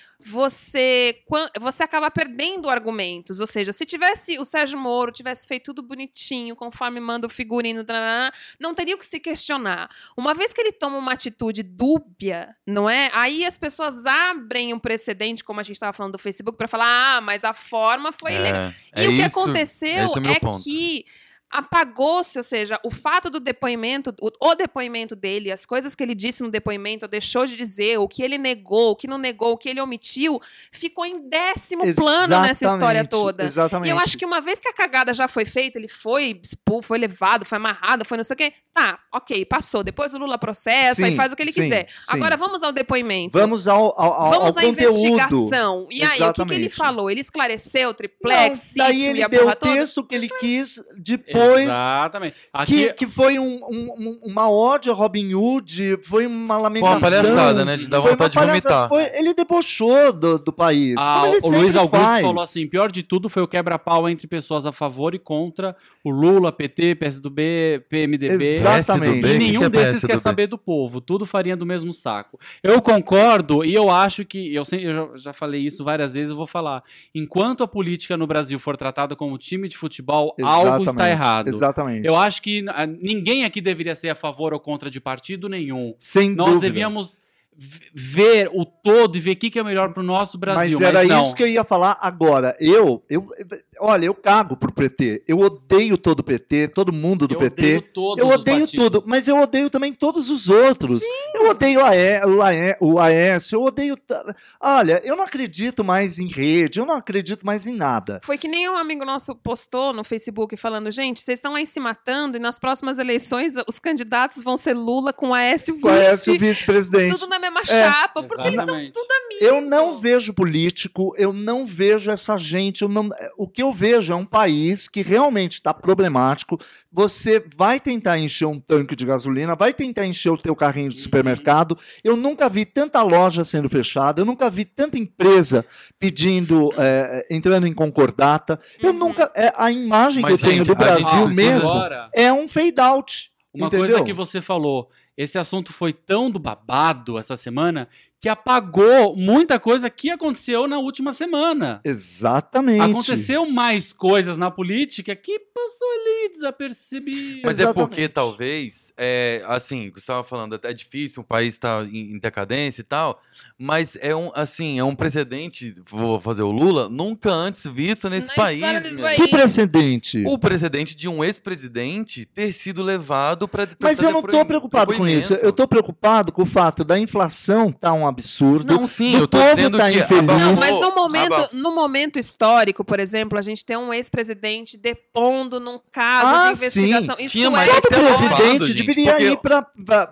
você, quan- você acaba perdendo argumentos. Ou seja, se tivesse o Sérgio Moro tivesse feito tudo bonitinho, conforme manda o figurino, tarará, não teria o que se questionar. Uma vez que ele toma uma atitude dúbia, não é? Aí as pessoas abrem um precedente, como a gente estava falando do Facebook, para falar, ah, mas a forma foi ilegal. É, E é o que isso, aconteceu esse é o meu é ponto. que apagou-se, ou seja, o fato do depoimento, o, o depoimento dele, as coisas que ele disse no depoimento, ou deixou de dizer, o que ele negou, o que não negou, o que ele omitiu, ficou em décimo plano nessa história Exatamente, toda. Exatamente. E eu acho que uma vez que a cagada já foi feita, ele foi expulso, foi levado, foi amarrado, foi não sei o quê, tá, ok, passou. Depois o Lula processa Sim, e faz o que ele sim, quiser. sim. Agora vamos ao depoimento. Vamos ao, ao, ao, Vamos ao à conteúdo. investigação. E aí, o que, que ele Exatamente. falou? Ele esclareceu o Não, triplex, daí sítio ele e a deu porra o toda? texto que ele quis depois... Exatamente. Aqui, Que, que foi um, um- um- uma ode a Robin Hood, foi uma Foi lamentação. uma palhaçada, né? De dar foi uma vontade de palhaçada, vomitar. foi- ele debochou do, do país, Ah, como ele o sempre Luiz Augusto faz. falou assim: pior de tudo foi o quebra-pau entre pessoas a favor e contra o Lula, P T, P S D B, P M D B. Exatamente. E Que nenhum que é desses P S D B? quer saber do povo. Tudo farinha do mesmo saco. Eu concordo e eu acho que. Eu, sempre, eu já, já falei isso várias vezes, eu vou falar. Enquanto a política no Brasil for tratada como time de futebol, algo está Exatamente, errado. Exatamente. Eu acho que ah, ninguém aqui deveria ser a favor ou contra de partido nenhum. Sem Nós dúvida. devíamos v- ver o todo e ver o que que é melhor pro nosso Brasil. Mas era não. isso que eu ia falar agora. Eu, eu, olha, eu cago pro P T. Eu odeio todo o P T, todo mundo do Eu P odeio T. todos Eu os odeio partidos. tudo, mas eu odeio também todos os outros. Eu odeio o AE o AE o Aécio, eu odeio. ta- Olha, eu não acredito mais em rede, eu não acredito mais em nada. Foi que nem um amigo nosso postou no Facebook falando, gente, vocês estão aí se matando e nas próximas eleições os candidatos vão ser Lula com Aécio O Aécio vice, vice-presidente. tudo na mesma É, chapa, porque eles são Exatamente. tudo amigos. Eu não vejo político, eu não vejo essa gente. Eu não, o que eu vejo é um país que realmente está problemático. Você vai tentar encher um tanque de gasolina, vai tentar encher o teu carrinho de supermercado. Eu nunca vi tanta loja sendo fechada, eu nunca vi tanta empresa pedindo, é, entrando em concordata. Eu Uhum. nunca. É, a imagem Mas, que eu tenho gente, do a gente Brasil precisa- mesmo Agora, é um fade out. uma entendeu? coisa que você falou, esse assunto foi tão do babado essa semana que apagou muita coisa que aconteceu na última semana. Exatamente. Aconteceu mais coisas na política que passou ali desapercebido. Mas é Exatamente. porque, talvez, é, assim, você estava falando, é difícil, o país está em, em decadência e tal, mas é um, assim, é um precedente, vou fazer o Lula, nunca antes visto nesse Na país. história desse minha país. Que precedente? O precedente de um ex-presidente ter sido levado para Mas eu não estou preocupado com isso. Eu estou preocupado com o fato da inflação estar um absurdo. Não, sim, do eu tô povo dizendo tá que infeliz. Não, abafou, mas no momento, abafou. no momento histórico, por exemplo, a gente tem um ex-presidente depondo num caso Ah, de investigação. sim. Isso Tinha, é mas Todo esse é histórico. abafado, presidente gente, deveria porque- ir para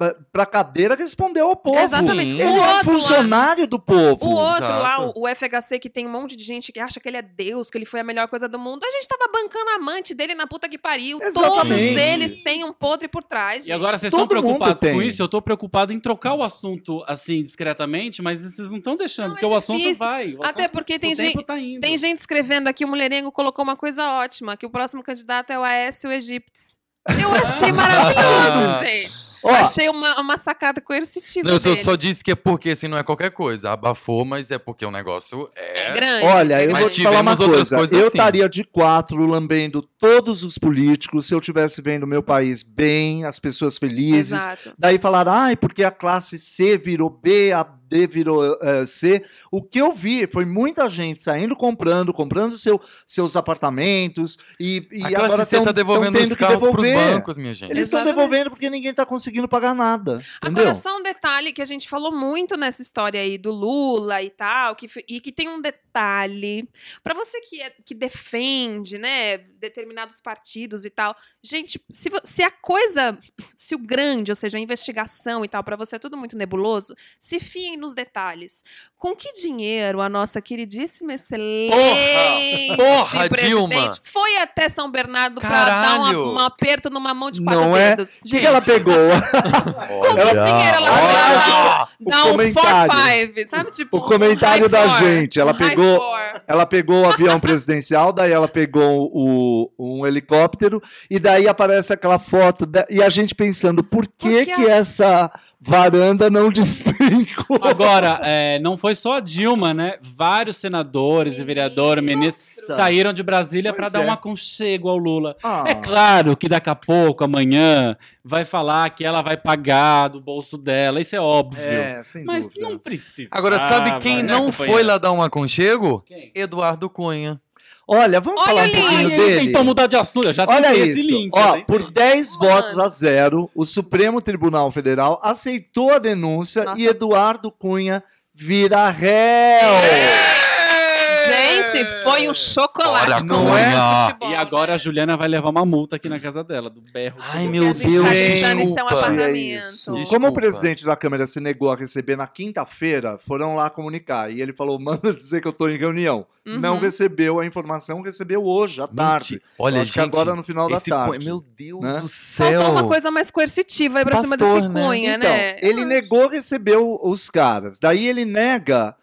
a cadeira responder ao povo. Exatamente. Sim. Ele O é um outro lá- funcionário do povo. O outro lá, Exato. o, o F H C, que tem um monte de gente que acha que ele é Deus, que ele foi a melhor coisa do mundo. A gente tava bancando a amante dele na puta que pariu. Todos Exatamente. eles têm um podre por trás. E gente. agora vocês estão Todo mundo preocupados com tem. isso? Eu tô preocupado em trocar o assunto assim discretamente, mas vocês não estão deixando, Não, porque é o assunto difícil. vai. o Até assunto- porque tem o tempo gente, tá indo. tem gente escrevendo aqui, o Mulherengo colocou uma coisa ótima, que o próximo candidato é o Aécio Egíptes. Eu achei maravilhoso, gente. Ó, Achei uma, uma sacada coercitiva Não, eu só, dele. só disse que é porque, assim, não é qualquer coisa. Abafou, mas é porque o negócio É é... grande. Olha, eu Mas vou te falar uma tivemos outras coisa. coisas Eu assim. estaria de quatro lambendo todos os políticos se eu estivesse vendo o meu país bem, as pessoas felizes. Exato. Daí falar, ai, porque a classe C virou B, a D virou eh, C. O que eu vi foi muita gente saindo comprando, comprando seu, seus apartamentos e, e A agora classe C tão, tá devolvendo tão os tendo que carros pros devolver. bancos, minha gente. Eles estão Exatamente. devolvendo porque ninguém está conseguindo pagar nada. Entendeu? Agora, só um detalhe que a gente falou muito nessa história aí do Lula e tal, que, f- e que tem um detalhe. Pra você que, é- que defende, né, determinados partidos e tal, gente, se, vo- se a coisa, se o grande, ou seja, a investigação e tal, pra você é tudo muito nebuloso, se fiem nos detalhes. Com que dinheiro a nossa queridíssima, excelente Porra, presidente Dilma! foi até São Bernardo pra dar um, Caralho! um aperto numa mão de quatro Não é? dedos? O que, que ela pegou? Com que dinheiro ela foi lá dar, o dar um four comentário. five, sabe? Tipo, O comentário um da high four, gente, ela um high pegou- four. Ela pegou o avião presidencial, daí ela pegou o, um helicóptero, e daí aparece aquela foto, da, e a gente pensando, por que Porque que essa varanda não despencou? Agora, é, não foi só a Dilma, né? Vários senadores e vereadores, ministros, Nossa. saíram de Brasília para Pois dar é. um aconchego ao Lula. Ah. É claro que daqui a pouco, amanhã, vai falar que ela vai pagar do bolso dela, isso é óbvio. É, sem Mas dúvida. não precisa. Agora, sabe quem né, não companheiro? foi lá dar um aconchego? Quem? Eduardo Cunha. Olha, vamos Olha falar o um link. pouquinho Ai, ele dele? tentou mudar de assunto, eu já Olha tentei isso, esse link. ó, né? por dez Mano. votos a zero, o Supremo Tribunal Federal aceitou a denúncia Nossa. e Eduardo Cunha vira réu. Gente, foi um chocolate. Olha, como não é? no futebol, E agora a né? Juliana vai levar uma multa aqui na casa dela, do berro. Ai, Porque meu a gente Deus, tá tentando, isso é um desculpa. apartamento. É isso. Desculpa. Como o presidente da Câmara se negou a receber na quinta-feira, foram lá comunicar. E ele falou, manda dizer que eu estou em reunião. Uhum. Não recebeu a informação, recebeu hoje, à tarde. Menti- Olha, Acho que gente, agora no final da esse tarde. Cunha- meu Deus né? do céu. Faltou uma coisa mais coercitiva aí pra cima Pastor, desse né? Cunha, Então, né? ele negou receber o- os caras. Daí ele nega.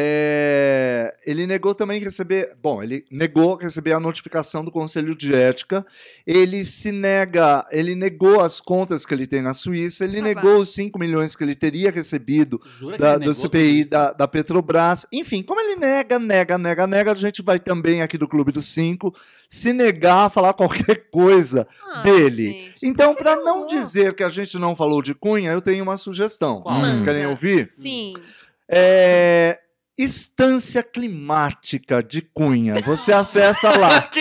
é, ele negou também receber. Bom, ele negou receber a notificação do Conselho de Ética. Ele se nega. Ele negou as contas que ele tem na Suíça. Ele Ah, negou os cinco milhões que ele teria recebido Jura que da- ele do negou C P I tudo isso? da, da Petrobras. Enfim, como ele nega, nega, nega, nega, a gente vai também aqui do Clube dos Cinco se negar a falar qualquer coisa Ah, dele. gente, Então, por que para não não vou? dizer que a gente não falou de Cunha, eu tenho uma sugestão. Qual? Vocês Manda. querem ouvir? Sim. É, Estância Climática de Cunha. Você acessa lá. Que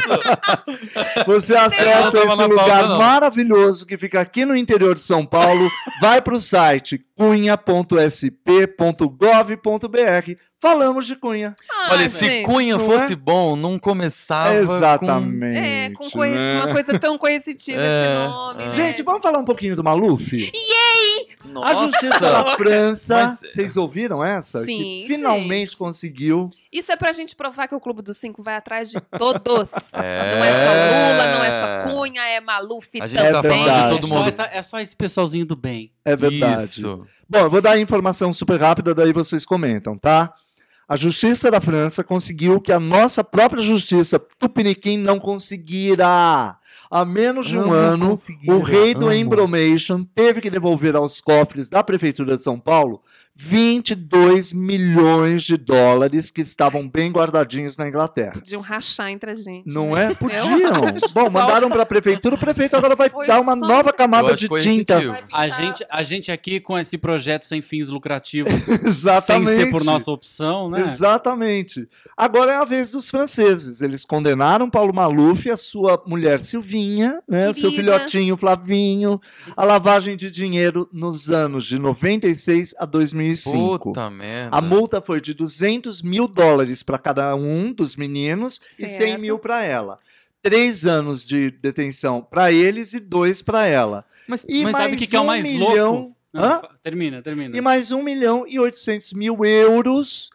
isso? Você acessa tava esse na lugar pauta, não. maravilhoso que fica aqui no interior de São Paulo. Vai para o site cunha ponto s p ponto gov ponto b r. Falamos de Cunha. Ah, Olha, se gente. Cunha não fosse é? bom, não começava Exatamente. É, com coe- né? uma coisa tão coercitiva É, esse nome, é. né? Gente, vamos falar um pouquinho do Maluf? com... Nossa. A Justiça da França, Mas- vocês ouviram essa? Sim, que finalmente gente. conseguiu. Isso é pra gente provar que o Clube dos Cinco vai atrás de todos. É. Não é só Lula, não é só Cunha, é Maluf A gente também. tá falando verdade. de todo É só, mundo. essa- é só esse pessoalzinho do bem. É verdade. Isso. Bom, eu vou dar a informação super rápida, daí vocês comentam, tá? A Justiça da França conseguiu que a nossa própria Justiça Tupiniquim não conseguira. Há menos de um Amo ano, conseguir, o rei do amo. Embromation teve que devolver aos cofres da Prefeitura de São Paulo vinte e dois milhões de dólares que estavam bem guardadinhos na Inglaterra. Podiam rachar entre a gente. Não né? é? Podiam. acho Bom, só- mandaram para a prefeitura, o prefeito agora vai Foi dar uma só- nova Eu camada acho de coercitivo. tinta. Vai A pintar- gente, a gente aqui com esse projeto sem fins lucrativos, Exatamente. sem ser por nossa opção, né? Exatamente. Agora é a vez dos franceses. Eles condenaram Paulo Maluf e a sua mulher Silvinha, né, o seu Querida. filhotinho Flavinho, a lavagem de dinheiro nos anos de noventa e seis a dois mil e cinco. Puta merda. A multa foi de duzentos mil dólares para cada um dos meninos e cem Certo. mil para ela. Três anos de detenção para eles e dois para ela. Mas, E mas mais Sabe o que, que é o um mais milhão- louco? Não, Hã? termina, termina. E mais um milhão e oitocentos mil euros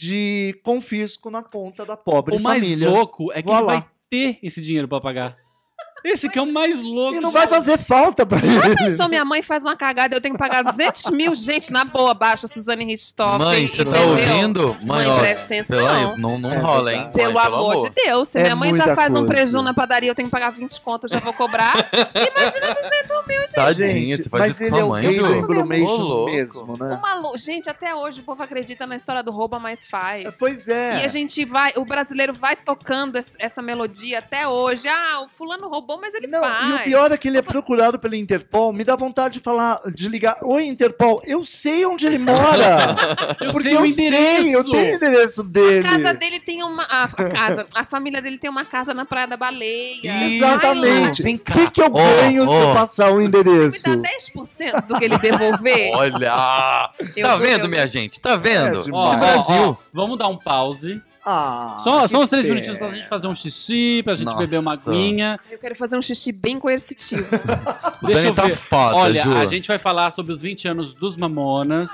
de confisco na conta da pobre O mais família. louco é que Vá ele lá. vai ter esse dinheiro pra pagar. Esse que é o mais louco. E não de vai todos. fazer falta pra Já ele. pensou, minha mãe faz uma cagada, eu tenho que pagar duzentos mil, gente, na boa, baixa, Suzane Richthofen. Mãe, você tá entendeu? ouvindo? Mãe, Mãe, ó, presta atenção. pela- não, não É rola, hein? verdade. Mãe, Pelo amor de Deus, se É minha mãe já muita faz um coisa. preju na padaria, eu tenho que pagar vinte contas, eu já vou cobrar. Imagina duzentos mil, gente. Tadinha, você faz mas isso com ele sua é o mãe, rei Ju? do Ô, embromation louco. mesmo, né? Uma lu- Gente, até hoje o povo acredita na história do rouba, mas faz. Pois é. E a gente vai, o brasileiro vai tocando es- essa melodia até hoje. Ah, o fulano roubou, mas ele Não, faz. e o pior é que ele é procurado pela Interpol. Me dá vontade de falar, de ligar. Oi, Interpol, eu sei onde ele mora. Eu porque sei o eu endereço. sei, eu tenho o endereço dele. A casa dele tem uma. A, a casa, a família dele tem uma casa na Praia da Baleia. Isso. Exatamente. Vem O cá. que, que eu Ó, ganho se eu ó. passar o Me endereço? dá dez por cento do que ele devolver. Olha! Eu Tá dou- vendo, eu- minha gente? Tá vendo? É Esse demais. Ó, ó, Brasil. ó, vamos dar um pause. Ah, Só, que só uns três pena. minutinhos pra gente fazer um xixi, pra gente Nossa. beber uma aguinha. Eu quero fazer um xixi bem coercitivo. O Deixa Dani eu tá ver. foda, Olha, Ju. a gente vai falar sobre os vinte anos dos Mamonas.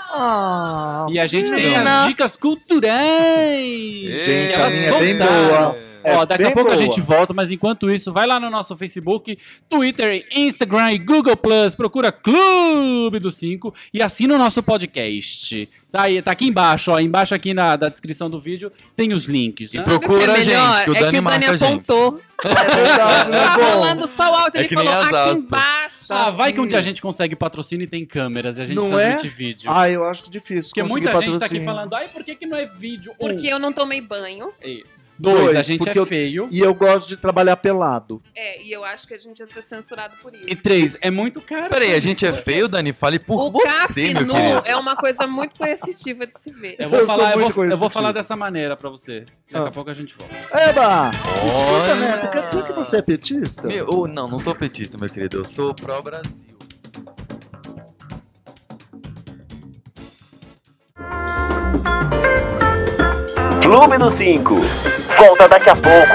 Ah, E a gente tem pena. as dicas culturais. Gente, Elas a minha é bem voltaram. boa. É Ó, daqui a bem pouco boa. a gente volta, mas enquanto isso, vai lá no nosso Facebook, Twitter, Instagram e Google Plus, procura Clube dos Cinco e assina o nosso podcast. Tá aí, tá aqui embaixo, ó. Embaixo aqui na da descrição do vídeo tem os links. E Né? procura Sabe o a que é melhor? gente, que o é Dani que o Dani marca a gente. apontou. É verdade, Tá é bom. rolando só o áudio, É ele que nem falou as aqui aspas. embaixo. Tá, vai que um dia a gente consegue patrocínio e tem câmeras e a gente Não é? transmite vídeo. Ah, eu acho difícil Porque conseguir muita gente tá patrocínio. aqui falando, ai, por que, que não é vídeo? Um. Porque eu não tomei banho. E Dois, Dois, a gente porque é eu- feio. E eu gosto de trabalhar pelado. É, e eu acho que a gente ia ser censurado por isso. E três, é muito caro. Peraí, a gente é feio, Dani? Fale por o você, café meu nu querido. é uma coisa muito coercitiva de se ver. Eu vou, Eu sou falar, eu, muito vou, eu vou coercitivo. falar dessa maneira pra você. Daqui Ah. a pouco a gente volta. Eba! Escuta, Olha. Neto, quer dizer que você é petista? Meu, oh, não, não sou petista, meu querido. Eu sou pró-Brasil. Clube dos Cinco. Volta daqui a pouco.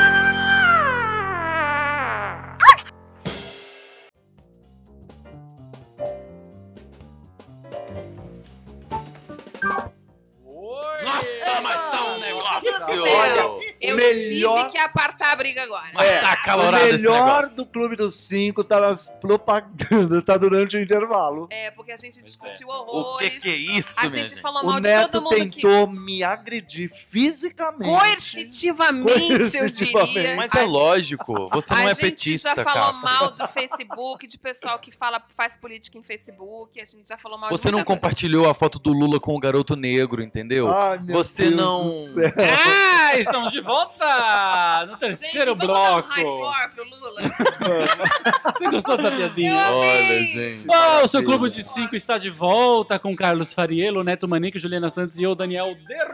Nossa, mas tá um negócio! Olha, eu melhor- tive que apartar a briga agora. Mas tá acalorado o esse melhor negócio. do Clube dos Cinco tá nas propagandas, tá durante o intervalo. É, porque a gente discutiu O horrores. que que é isso, A minha gente gente? falou O mal de Neto todo mundo que... tentou me agredir fisicamente. Coercitivamente, eu Coercitivamente. diria. Mas A é lógico, você não a é gente petista, já falou cara. mal do Facebook, de pessoal que fala, faz política em Facebook. A gente já falou mal Você de não muita coisa. compartilhou a foto do Lula com o garoto negro, entendeu? Ai, meu Você Deus não- do céu. Ah, estamos de volta no Gente, terceiro vamos dar um bloco. high four pro Lula. Você gostou dessa piadinha? Eu amei. Olha, gente. Oh, o seu Clube de Cinco está de volta com Carlos Fariello, Neto Manique, Juliana Santos e eu, Daniel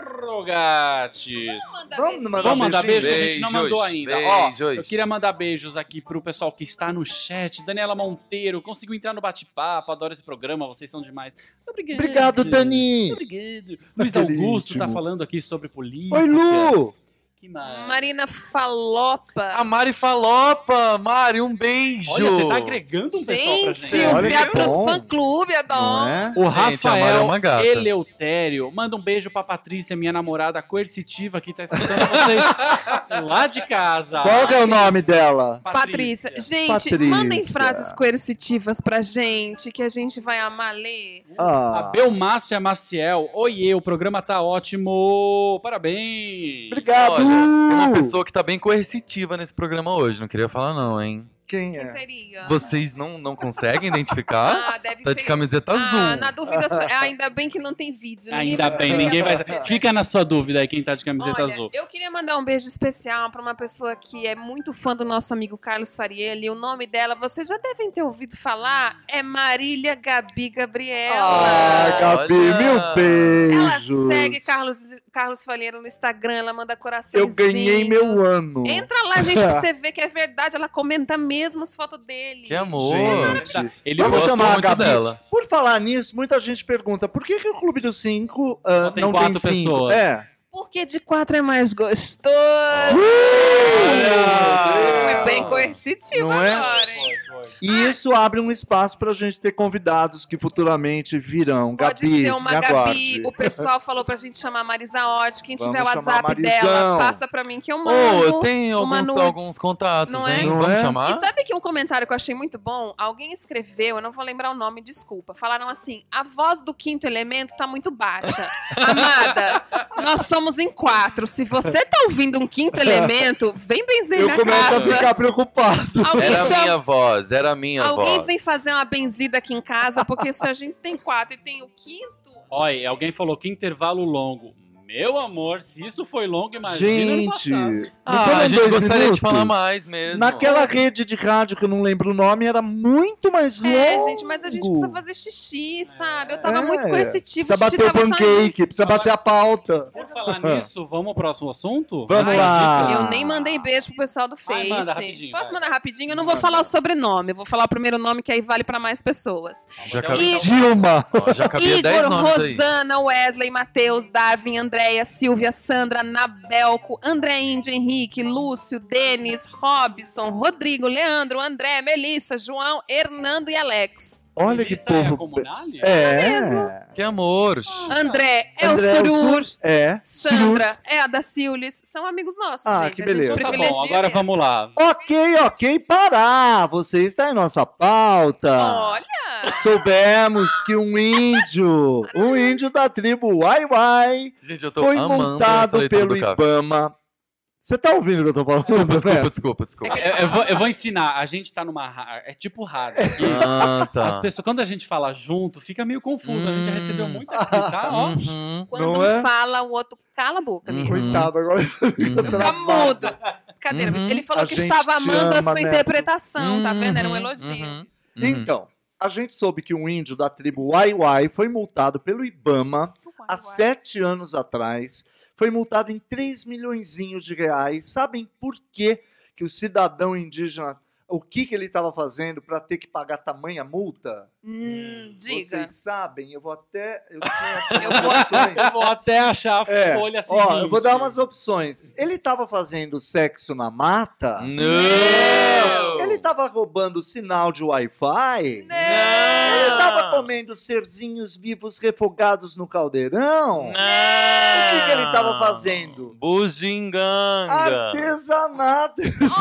Derrogatis. Vamos mandar Vamos beijinho. mandar Vamos mandar beijinho? beijo, que a gente não Beijos, mandou ainda. Ó, beijos. eu queria mandar beijos aqui pro pessoal que está no chat. Daniela Monteiro, conseguiu entrar no bate-papo, adoro esse programa, vocês são demais. Obrigado. Obrigado, Dani. Obrigado. Luiz Aquele Augusto tá íntimo. falando aqui sobre política. Oi, Lu! Que mais? Marina Falopa. A Mari Falopa! Mari, um beijo! Olha, você tá agregando um pessoal pra Gente, gente. Olha Silvia que pros bom. fã-clube, Não adoro. é? O Gente, a Mari é Rafael uma gata. Eleutério. Manda um beijo pra Patrícia, minha namorada coercitiva, que tá escutando vocês lá de casa. Qual que é o nome dela? Patrícia. Gente, Patrícia. mandem frases coercitivas pra gente, que a gente vai amar ler. A Ah, Belmácia Maciel. Oiê, o programa tá ótimo. Parabéns. obrigado! Olha, tem uma pessoa que tá bem coercitiva nesse programa hoje, não queria falar não, hein? Quem Quem é? seria? Vocês não, não conseguem identificar? Ah, deve Tá ser... de camiseta Ah, azul. na dúvida, só- ainda bem que não tem vídeo. ninguém Ainda vai bem, saber ninguém quem é vai. você. Fica na sua dúvida aí quem tá de camiseta Olha, azul. eu queria mandar um beijo especial pra uma pessoa que é muito fã do nosso amigo Carlos Fariello. E o nome dela, vocês já devem ter ouvido falar, é Marília Gabi Gabriela. Ah, Gabi, Olha. mil Ela beijos! segue Carlos, Carlos Fariello no Instagram, ela manda Eu coraçõezinhos. ganhei meu ano. Entra lá, gente, pra você ver que é verdade. Ela comenta mesmo as fotos dele. Que amor! Gente. Ele Eu Vamos gosto chamar a muito Gabi. dela. Por falar nisso, muita gente pergunta por que, que o Clube dos Cinco ah, Só tem não tem quatro cinco? pessoas. É. Porque de quatro é mais gostoso. Olha! Fui bem coercitivo Não é? agora, hein? E isso abre um espaço pra gente ter convidados que futuramente virão. Pode Gabi, ser uma me Gabi. aguarde. O pessoal falou pra gente chamar a Marisa Hort. Quem Vamos tiver o chamar a WhatsApp Marisão. dela, passa pra mim que eu Ô, mando. eu tenho uma alguns, nudes. alguns contatos, Não é? hein? Não Vamos é? chamar? E sabe que um comentário que eu achei muito bom? Alguém escreveu, eu não vou lembrar o nome, desculpa. Falaram assim: a voz do quinto elemento tá muito baixa. Amada, nós somos em quatro. Se você tá ouvindo um quinto elemento, vem benzer Eu na começo casa. a ficar preocupado. Alguém Era a chama- minha voz, era a minha Alguém voz. vem fazer uma benzida aqui em casa, porque se a gente tem quatro e tem o quinto. Olha, alguém falou que intervalo longo. Meu amor, se isso foi longo, imagina no Gente, passado. não Ah, foram a gente dois gostaria minutos? de falar mais mesmo. Naquela rede de rádio que eu não lembro o nome, era muito mais longo. É, gente, mas a gente precisa fazer xixi, sabe? Eu tava É, muito coercitivo, Precisa o xixi bater o tava saindo. pancake, precisa bater a pauta. Por falar nisso, vamos ao próximo assunto? Vamos Ai, lá. dica. Eu nem mandei beijo pro pessoal do Vai, Face. manda rapidinho, Posso vai. mandar rapidinho? Eu não vou Manda. falar o sobrenome, eu vou falar o primeiro nome, que aí vale pra mais pessoas. Já, Então, cabia, E- Dilma. ó, já cabia dez Igor, nomes aí. Rosana, Wesley, Matheus, Darwin, Andréia, Silvia, Sandra, Nabelco, André Índio, Henrique, Lúcio, Denis, Robson, Rodrigo, Leandro, André, Melissa, João, Hernando e Alex. Olha que Melissa é a povo... Comunale? É, mesmo. Que amor. André é André, o Surur. Sur- É, Surur. Sandra é a da Ciulis. São amigos nossos, Ah, gente. que A gente beleza. Então tá privilegia bom, agora mesmo. vamos lá. Ok, ok, parar. Você está em nossa pauta. Olha! Soubemos que um índio, um índio da tribo Wai Wai, Gente, eu tô foi amando essa multado leitura pelo do Café. Ibama. Você tá ouvindo o que eu tô falando? Desculpa, né? desculpa, desculpa, desculpa. É Eu, eu vou, eu vou ensinar. A gente tá numa. ra- É tipo rádio. aqui. Ah, As tá. pessoas, quando a gente fala junto, fica meio confuso. A gente já Hum. recebeu muito aqui, tá? Ó. Uhum. Quando Não um é? fala, o outro cala a boca, amigo. Uhum. Coitado, agora fica Fica travado. mudo. Cadê? Uhum. Ele falou A que gente estava te amando a ama, sua Neto. interpretação, tá vendo? Era um Uhum, elogio. uhum. Uhum. Então, a gente soube que um índio da tribo Wai Wai foi multado pelo Ibama há sete anos atrás. Foi multado em três milhõezinhos de reais. Sabem por quê que o cidadão indígena, o que, que ele estava fazendo para ter que pagar tamanha multa? Hum, diga. Vocês sabem, eu vou até... Eu, tenho aqui Eu umas vou- opções. Eu vou até achar a É, folha seguinte. ó, eu vou dar umas opções. Ele estava fazendo sexo na mata? Não! Ele estava roubando sinal de Wi-Fi? Não! Ele estava comendo serzinhos vivos refogados no caldeirão? Não! O que, que ele estava fazendo? Bugiganga! Artesanato.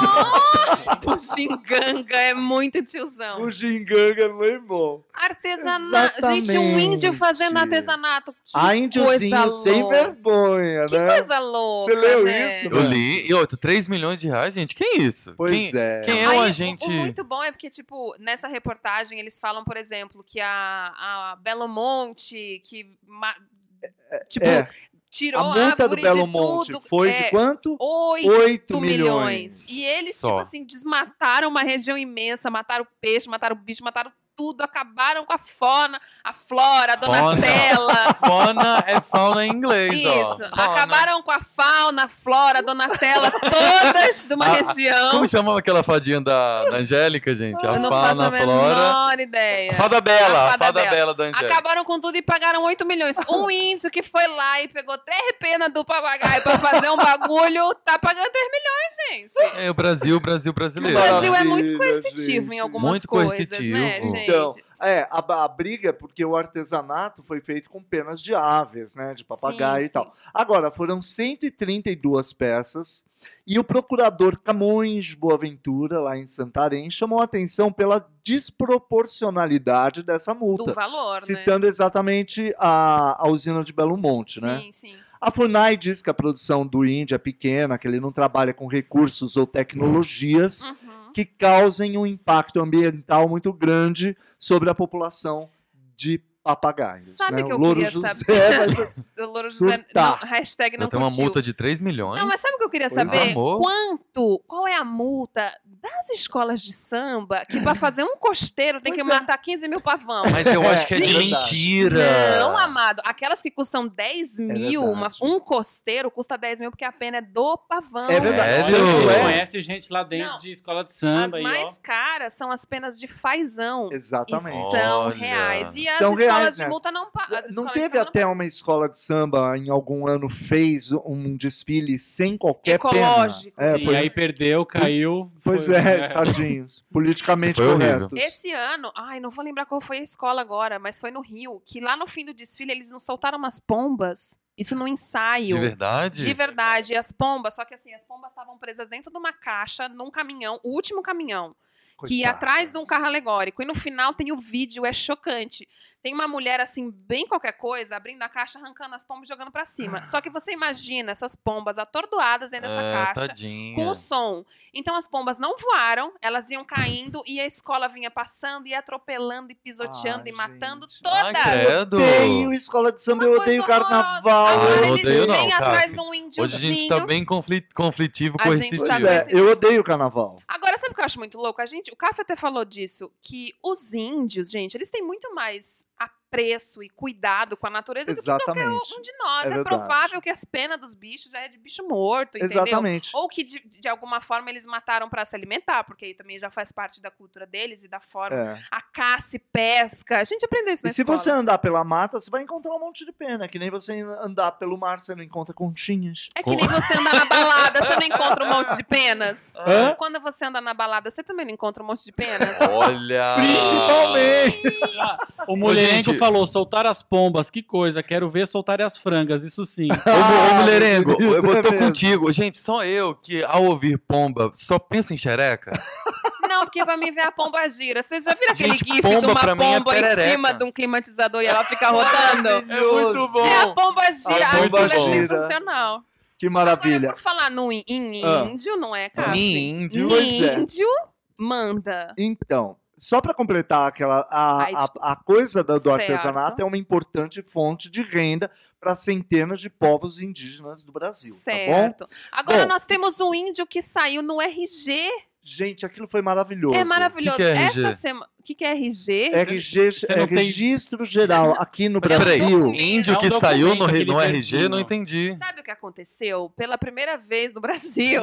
Buxinganga é muito tiozão. O ginganga não é bom. Artesanato. Gente, um índio fazendo Exatamente. artesanato. Que Ah, índiozinho coisa sem louca. vergonha, Que né? coisa louca, Você leu né? isso? Eu li. E outro, três milhões de reais, gente? Que isso? Pois quem, é. Quem é Aí, o o- agente? O muito bom é porque, tipo, nessa reportagem eles falam, por exemplo, que a, a Belo Monte, que, ma- tipo, É. tirou A multa do árvore Belo de Monte tudo. foi é, de quanto? oito oito milhões. E eles, Só. tipo assim, desmataram uma região imensa, mataram peixe, mataram bicho, mataram tudo, acabaram com a fauna, a flora, a Fauna. Donatella. Fauna é fauna em inglês, ó. Isso, Fauna. acabaram com a fauna, a flora, a Donatella, todas de uma A- a- região. Como chamava aquela fadinha da, da Angélica, gente? A Eu não faço fauna, a a flora. menor ideia. A fada bela, A a fada fada, bela. bela da Angélica. Acabaram com tudo e pagaram oito milhões. Um índio que foi lá e pegou três penas do papagaio pra fazer um bagulho, tá pagando três milhões, gente. É o Brasil, o Brasil O brasileiro. Brasil é Maravilha, muito coercitivo gente. em algumas Muito coisas, coercitivo. né, gente? Então, é, a, a briga é porque o artesanato foi feito com penas de aves, né? De papagaio Sim, e tal. Agora, foram cento e trinta e duas peças e o procurador Camões Boaventura, lá em Santarém, chamou a atenção pela desproporcionalidade dessa multa. Do valor, né? Citando exatamente a, a usina de Belo Monte, né? Sim, sim. A FUNAI diz que a produção do índio é pequena, que ele não trabalha com recursos ou tecnologias Uhum. que causem um impacto ambiental muito grande sobre a população de papagaios. Sabe né? o que eu Louro queria José saber? vai- O Louro José, Surtar. não, hashtag não Vai ter uma curtiu. multa de três milhões? Não, mas sabe o que eu queria Pois é. saber? Amor. Quanto, qual é a multa das escolas de samba que pra fazer um costeiro tem Pois que é. matar quinze mil pavão? Mas eu acho que é de É verdade. mentira. Não, amado. Aquelas que custam dez mil, uma- verdade. um costeiro custa dez mil porque a pena é do pavão. É verdade. Sério? Olha, Tanto você é- conhece gente lá dentro Não. de escola de As samba aí, mais ó. caras são as penas de fazão. Exatamente. E são Olha. reais. E as São escolas reais, de né? multa não pagam. Não teve até uma escola de samba em algum ano fez um desfile sem qualquer Ecológico. pena? É, E foi, aí perdeu, caiu. pois foi- é, tadinhos. Politicamente Foi horrível. corretos. Esse ano, ai, não vou lembrar qual foi a escola agora, mas foi no Rio, que lá no fim do desfile eles não soltaram umas pombas. Isso no ensaio. De verdade? De verdade. E as pombas, só que assim, as pombas estavam presas dentro de uma caixa, num caminhão, o último caminhão, que ia Coitadas. atrás de um carro alegórico. E no final tem o vídeo, é chocante. Tem uma mulher, assim, bem qualquer coisa, abrindo a caixa, arrancando as pombas e jogando pra cima. Só que você imagina essas pombas atordoadas dentro dessa É, caixa, tadinha. com o som. Então as pombas não voaram, elas iam caindo e a escola vinha passando e atropelando e pisoteando Ai, e matando gente. todas. Ai, credo. Odeio escola de samba, eu Uma odeio coisa carnaval. Ah, horrorosa. eu Agora odeio eles não, vêm cara. atrás de um índiozinho. Hoje a gente tá bem conflit- conflitivo, A gente coercitivo. tá Pois com é, esse- eu odeio carnaval. Agora, sabe o que eu acho muito louco? A gente, o Café até falou disso, que os índios, gente, eles têm muito mais apreço e cuidado com a natureza do que qualquer Exatamente. um de nós. É É, verdade. provável que as penas dos bichos já é de bicho morto, entendeu? Exatamente. Ou que de, de alguma forma eles mataram para se alimentar, porque aí também já faz parte da cultura deles e da forma. É. A caça e pesca. A gente aprendeu isso na E se escola. você andar pela mata, você vai encontrar um monte de pena. Que nem você andar pelo mar, você não encontra continhas. É que nem você andar na balada, você não encontra um monte de penas? Hã? Quando você anda na balada, você também não encontra um monte de penas? Olha! Principalmente. O mulherengo gente- falou, soltar as pombas, que coisa, quero ver soltar as frangas, isso sim. Ô, ô, ô, mulherengo, meu Deus, eu vou- é tô mesmo. contigo. Gente, só eu que, ao ouvir pomba, só penso em xereca. Não, porque pra mim ver a pomba gira. Vocês já viram aquele Gente, gif pomba de uma pra mim é pomba em perereca. cima de um climatizador e ela fica rodando? É muito bom. É a pomba gira. A Aquilo pomba é gira. sensacional. Que maravilha. Agora, por falar no in- em Ah. índio, não é, cara? Índio. Pois é. Índio manda. Então, só para completar aquela a, Ai, a, desculpa. a coisa do, do Certo. artesanato é uma importante fonte de renda para centenas de povos indígenas do Brasil, tá bom? Certo. Agora Bom. nós temos um índio que saiu no R G. Gente, aquilo foi maravilhoso. É maravilhoso. Que que é R G? Essa semana. O que, que é R G? R G Você é não tem- registro geral aqui no Mas peraí, Brasil. índio É um que saiu no, documento, re- aquele no R G, verdinho. não entendi. Sabe o que aconteceu? Pela primeira vez no Brasil,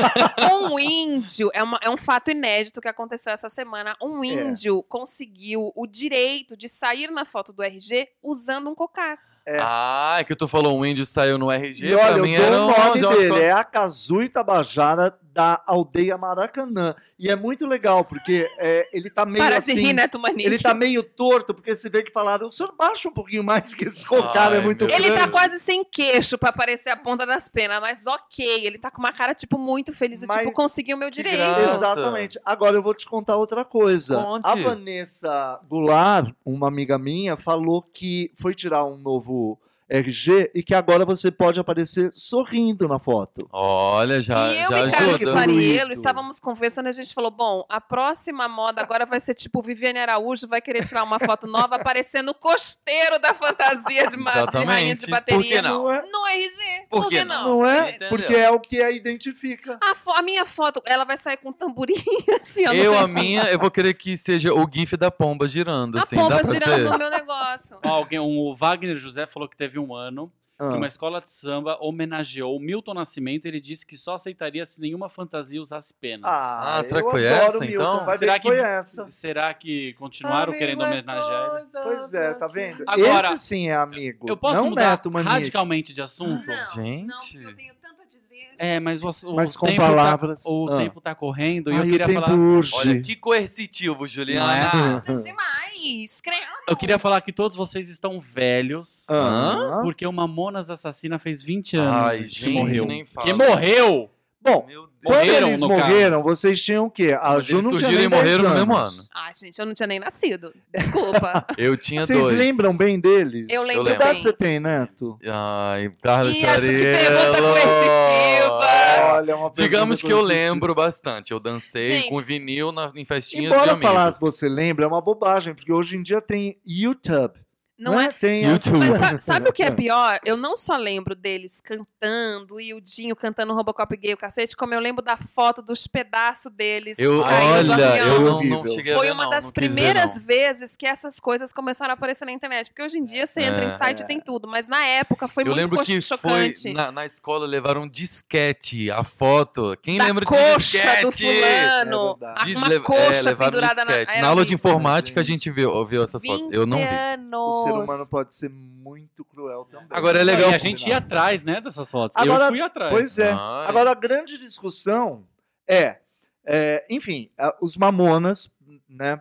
um índio, é, uma- é um fato inédito que aconteceu essa semana, um índio conseguiu o direito de sair na foto do R G usando um cocar. É. Ah, é que tu falou um índio saiu no R G, E olha, pra eu mim dou era o um nome de umas dele, co- é a Kazui Tabajara da aldeia Maracanã. E é muito legal, porque é, ele tá meio Para assim... de rir, né, Tumanique? Ele tá meio torto, porque você vê que falaram, o senhor baixa um pouquinho mais, que esse cocar Ai, é muito meu Ele grande. tá quase sem queixo pra aparecer a ponta das penas, mas ok. Ele tá com uma cara, tipo, muito feliz. do Mas tipo, conseguiu o meu direito. graça. Exatamente. Agora eu vou te contar outra coisa. Conte. A Vanessa Goulart, uma amiga minha, falou que foi tirar um novo R G e que agora você pode aparecer sorrindo na foto. Olha, já, e eu já e Carlos ajuda. Fariello Fluido. estávamos conversando e a gente falou, bom, a próxima moda agora vai ser tipo Viviane Araújo vai querer tirar uma foto nova aparecendo o costeiro da fantasia de, ma- de Exatamente. rainha de Por bateria que não? Não é? no R G. Por Por que que não? não? Não é? Entendeu? Porque é o que a identifica. A, fo- a minha foto, ela vai sair com um tamborim assim, ó, no Eu, a cantinho. minha, eu vou querer que seja o gif da pomba girando, A assim. pomba dá pra girando ser? no meu negócio. Ó, alguém, um, o Wagner José falou que teve um ano Ah. que uma escola de samba homenageou o Milton Nascimento e ele disse que só aceitaria se nenhuma fantasia usasse penas. Ah, Ah, será eu que foi adoro essa, o Milton. então? Vai Será ver que que- foi essa. Será que continuaram querendo homenagear ele? Pois é, tá vendo? Agora, Esse sim é amigo. Eu posso não mudar Neto Manique. radicalmente de assunto? Não, Gente. não, porque eu tenho tanto a dizer. É, mas o, o Mas com tempo palavras. Tá, o Ah. tempo tá correndo e Ai, eu queria o tempo falar. urge. Olha, que coercitivo, Juliana. Nossa, demais, credo. Eu queria falar que todos vocês estão velhos. Ah. Porque o Mamonas Assassina fez vinte anos. Ai, que gente, morreu. nem fala. Que morreu! Bom, Meu Deus. quando Morreram, eles no morreram, vocês tinham o quê? A Mas Ju eles não tinha surgiram nem e morreram dez no mesmo anos. ano. Ai, gente, eu não tinha nem nascido. Desculpa. Eu tinha Vocês dois. lembram bem deles? Eu lembro Que idade bem. você tem, Neto? Ai, Carlos Ih, acho que Fariello. pergunta coercitiva. Olha, uma Digamos pergunta que eu coercitiva. lembro bastante. Eu dancei Gente. com vinil na, em festinhas de Embora amigos. falar se você lembra, é uma bobagem, porque hoje em dia tem YouTube. Não é? Tem YouTube. Mas essa- sabe, sabe o que é pior? Eu não só lembro deles cantando e o Dinho cantando Robocop gay, o cacete, como eu lembro da foto dos pedaços deles. Eu, caindo do olha, avião. eu não, não Horrível. cheguei a Foi ver, uma não, das não quis ver, primeiras não. vezes que essas coisas começaram a aparecer na internet. Porque hoje em dia você entra É. em site e tem tudo. Mas na época foi Eu muito lembro co- que chocante. foi na, na escola levaram um disquete, a foto. Quem da lembra de coxa disquete? do fulano. É verdade. a- Diz- uma le- coxa é, levaram um pendurada na... disquete. era Na aula de horrível. informática a gente viu, viu essas fotos. Eu não vi. anos. O ser humano pode ser muito cruel também. Agora é Não, legal. e a gente ia atrás, né, dessas fotos. Agora- eu fui atrás. Pois é. Ai. Agora, a grande discussão é, é, enfim, a- os Mamonas, né,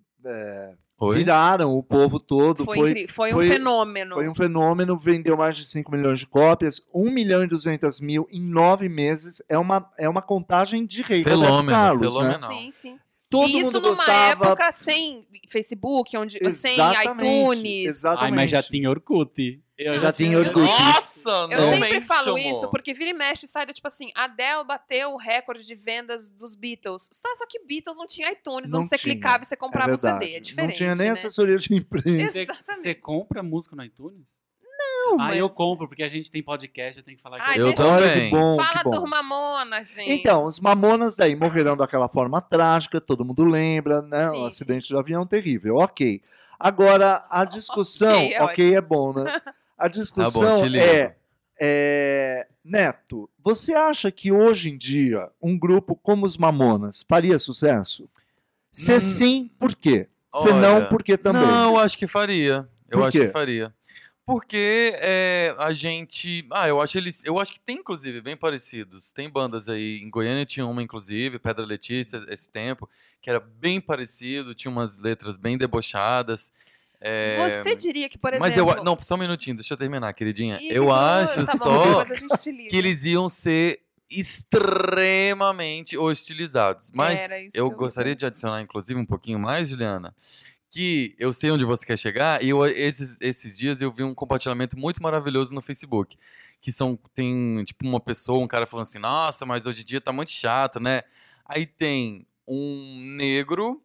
é, Oi? viraram o povo todo. Foi, Foi, incrível. Foi um foi- fenômeno. foi um fenômeno, vendeu mais de cinco milhões de cópias, um milhão e duzentos mil em nove meses. É uma, é uma contagem de rei. Roberto Fenômeno, Carlos, né? fenômeno. Sim, sim. Todo E isso mundo numa gostava. época sem Facebook, onde, sem Exatamente, iTunes. Exatamente. Ai, mas já tinha Orkut. Eu Não, já tinha eu Orkut. sempre- Nossa, Eu não sempre mente, falo amor. isso, porque vira e mexe sai do tipo assim, Adele bateu o recorde de vendas dos Beatles. Tá, só que Beatles não tinha iTunes, Não onde você tinha. clicava e você É comprava o C verdade. D. É diferente, Não tinha nem né? assessoria de imprensa. Você, Exatamente. você compra música no iTunes? Não, Ah, mas... eu compro, porque a gente tem podcast, eu tenho que falar que Ai, Eu deixa também. Olha que bom, Fala que bom. do Mamonas, gente. Então, os Mamonas daí morreram daquela forma trágica, todo mundo lembra, né? Sim, um acidente de avião terrível, ok. Agora, a discussão... Ok, é ok, é bom, né? A discussão te ligo. é, é... Neto, você acha que hoje em dia um grupo como os Mamonas faria sucesso? Se Hum. sim, por quê? Se Olha, não, por que também? Não, eu acho que faria. Eu Por acho quê? que faria. Porque é, a gente. Ah, eu acho eles. Eu acho que tem, inclusive, bem parecidos. Tem bandas aí. Em Goiânia tinha uma, inclusive, Pedra Letícia, esse tempo, que era bem parecido, tinha umas letras bem debochadas. é, Você diria que, por exemplo... Mas eu. a- Não, só um minutinho, deixa eu terminar, queridinha. Ih, eu que acho tá bom, só depois a gente te liga. que eles iam ser extremamente hostilizados. Mas Era isso eu que eu- gostaria de adicionar, inclusive, um pouquinho mais, Juliana, que eu sei onde você quer chegar, e eu, esses, esses dias eu vi um compartilhamento muito maravilhoso no Facebook. Que são, tem, tipo, uma pessoa, um cara falando assim, nossa, mas hoje em dia tá muito chato, né? Aí tem um negro,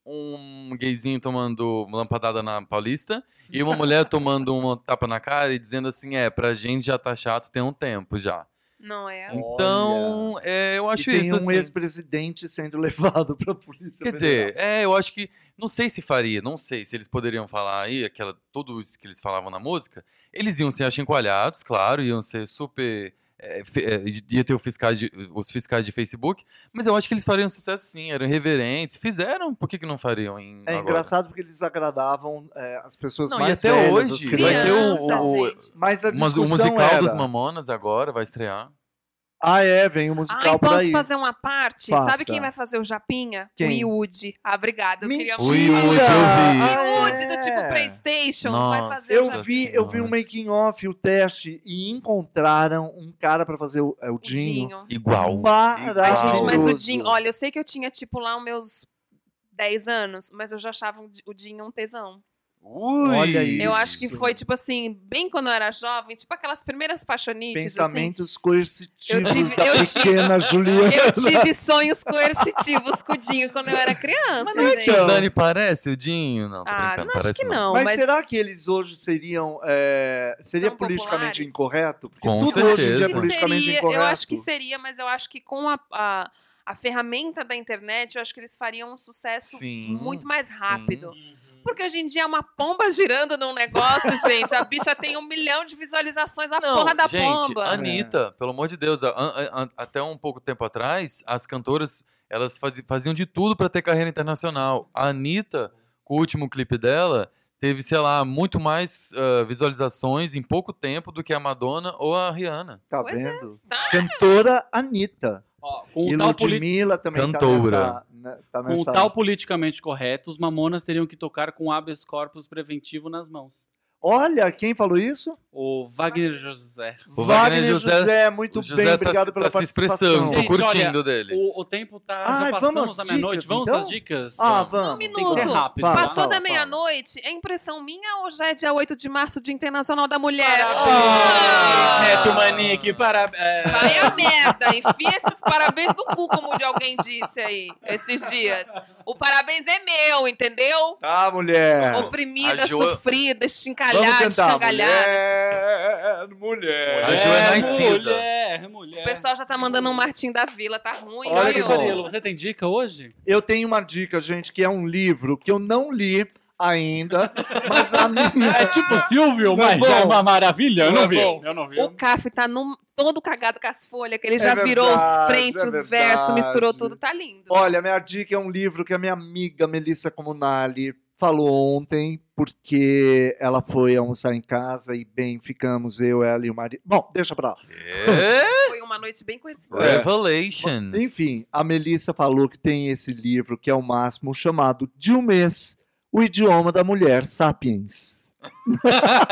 um gayzinho tomando lampadada na Paulista, e uma mulher tomando uma tapa na cara e dizendo assim, é, pra gente já tá chato tem um tempo já. Não é? Então, é, eu acho e tem isso, um assim. ex-presidente sendo levado pra polícia Quer federal. dizer, é, eu acho que. Não sei se faria, não sei se eles poderiam falar aí, aquela, tudo isso que eles falavam na música. Eles iam ser achincoalhados, claro, iam ser super. É, fe- é, ia ter o fiscais de- os fiscais de Facebook, mas eu acho que eles fariam sucesso sim, eram irreverentes. Fizeram, por que, que não fariam em, É agora? engraçado porque eles agradavam é, as pessoas Não, e mais até velhas, hoje as vai crianças. ter o- Criança, o- gente. Mas a Mas o discussão musical era... dos Mamonas agora vai estrear. Ah, é, vem o musical Ai, por posso aí. fazer uma parte? Faça. Sabe quem vai fazer o Japinha? Quem? O Yudi. Ah, obrigada. Eu queria Mentira! O muito Yudi, falar. eu vi O isso. Yudi do tipo É. PlayStation Nossa. vai fazer o Eu Nossa vi, Japinha. eu vi um Senhora. making off, o teste, e encontraram um cara pra fazer o, é, o O Dinho. Dinho. Igual. Maravilhoso. Ai, gente, mas o Dinho... Olha, eu sei que eu tinha, tipo, lá os meus dez anos, mas eu já achava o Di- o Dinho um tesão. Ui, Olha aí. Eu acho que Isso. foi, tipo assim, bem quando eu era jovem, tipo aquelas primeiras paixonites, assim. Pensamentos coercitivos Eu tive- da eu tive- pequena Juliana. Eu tive sonhos coercitivos com o Dinho quando eu era criança, Mas não é gente. que o Dani parece o Dinho? Não, tô Ah, brincando, não, acho parece que não. Mas, mas- será que eles hoje seriam. é, seria Tão politicamente populares? incorreto? Porque Com tudo hoje em dia é certeza. Que politicamente seria, incorreto. eu acho que seria, mas eu acho que com a, a, a ferramenta da internet, eu acho que eles fariam um sucesso Sim, muito mais sim. rápido. Porque hoje em dia é uma pomba girando num negócio, gente. A bicha tem um milhão de visualizações, a porra da gente, pomba. Anitta, pelo amor de Deus, a- a- a- até um pouco tempo atrás, as cantoras, elas fazi- faziam de tudo pra ter carreira internacional. A Anitta, com o último clipe dela, teve, sei lá, muito mais ah, visualizações em pouco tempo do que a Madonna ou a Rihanna. Tá Pois é. vendo? Tá. Cantora Anitta. Ó, com E o tal, poli- Ludmilla também Cantora. tá nessa... né, tá com o nessa- tal politicamente correto, os Mamonas teriam que tocar com habeas corpus preventivo nas mãos. Olha, quem falou isso? O Wagner José. O Wagner, Wagner José, José- muito o José bem, tá obrigado se- pela tá se participação. expressando, tô Gente, curtindo olha, dele. O, o tempo tá. Ai, já passamos vamos da às meia-noite. dicas, Vamos então? às dicas? Ah, Um vamos. Tem que ser minuto. rápido. Fala, tá? Passou fala, da fala. meia-noite? É impressão minha ou já é dia oito de março, Dia Internacional da Mulher? Parabéns, Neto Manique, parabéns. Vai a merda, enfia esses parabéns no cu, como de alguém disse aí, esses dias. O parabéns é meu, entendeu? Tá, mulher. Oprimida, A Jo- sofrida, Vamos chincalhada, cantar. escangalhada. Mulher, mulher. A Jo é nascida. Mulher, mulher. O pessoal já tá mandando um Martim da Vila, tá ruim, Olha viu? que bom. Murilo, você tem dica hoje? Eu tenho uma dica, gente, que é um livro que eu não li ainda, mas a minha... É tipo Silvio, Não é mas é bom. uma maravilha. Eu Não não é vi. bom. Eu não vi. O Caf tá num- todo cagado com as folhas, que ele É já virou os verdade, frentes, é os verdade. versos, misturou tudo, tá lindo. Olha, minha dica é um livro que a minha amiga Melissa Comunali falou ontem, porque ela foi almoçar em casa e bem, ficamos eu, ela e o marido. Bom, deixa pra lá. É? Foi uma noite bem coercitiva. É. Revelations. Enfim, a Melissa falou que tem esse livro, que é o máximo, chamado De um Mês, o Idioma da Mulher Sapiens. Não,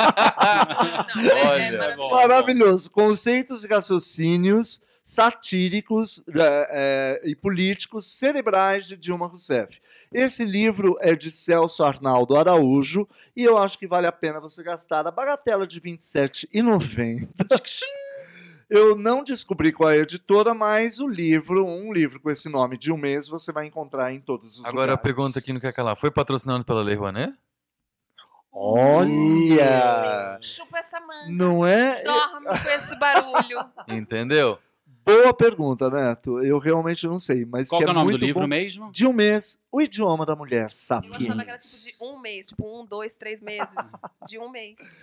é- é Olha, maravilhoso. bom. Maravilhoso. Conceitos e raciocínios satíricos é, é, e políticos cerebrais de Dilma Rousseff. Esse livro é de Celso Arnaldo Araújo e eu acho que vale a pena você gastar a bagatela de vinte e sete reais e noventa centavos. Eu não descobri qual é a editora, mas o livro, um livro com esse nome de um mês, você vai encontrar em todos os Agora a lugares. pergunta aqui no que é calar. Foi patrocinado pela Lei Rouanet? Olha! Chupa essa manga. Não é? Dorme com esse barulho. Entendeu? Boa pergunta, Neto. Eu realmente não sei, mas Qual que que é é o nome muito do livro bom. mesmo? De um mês, o idioma da mulher, Eu sapiens. achava que era tipo de um mês, tipo um, dois, três meses. De um mês.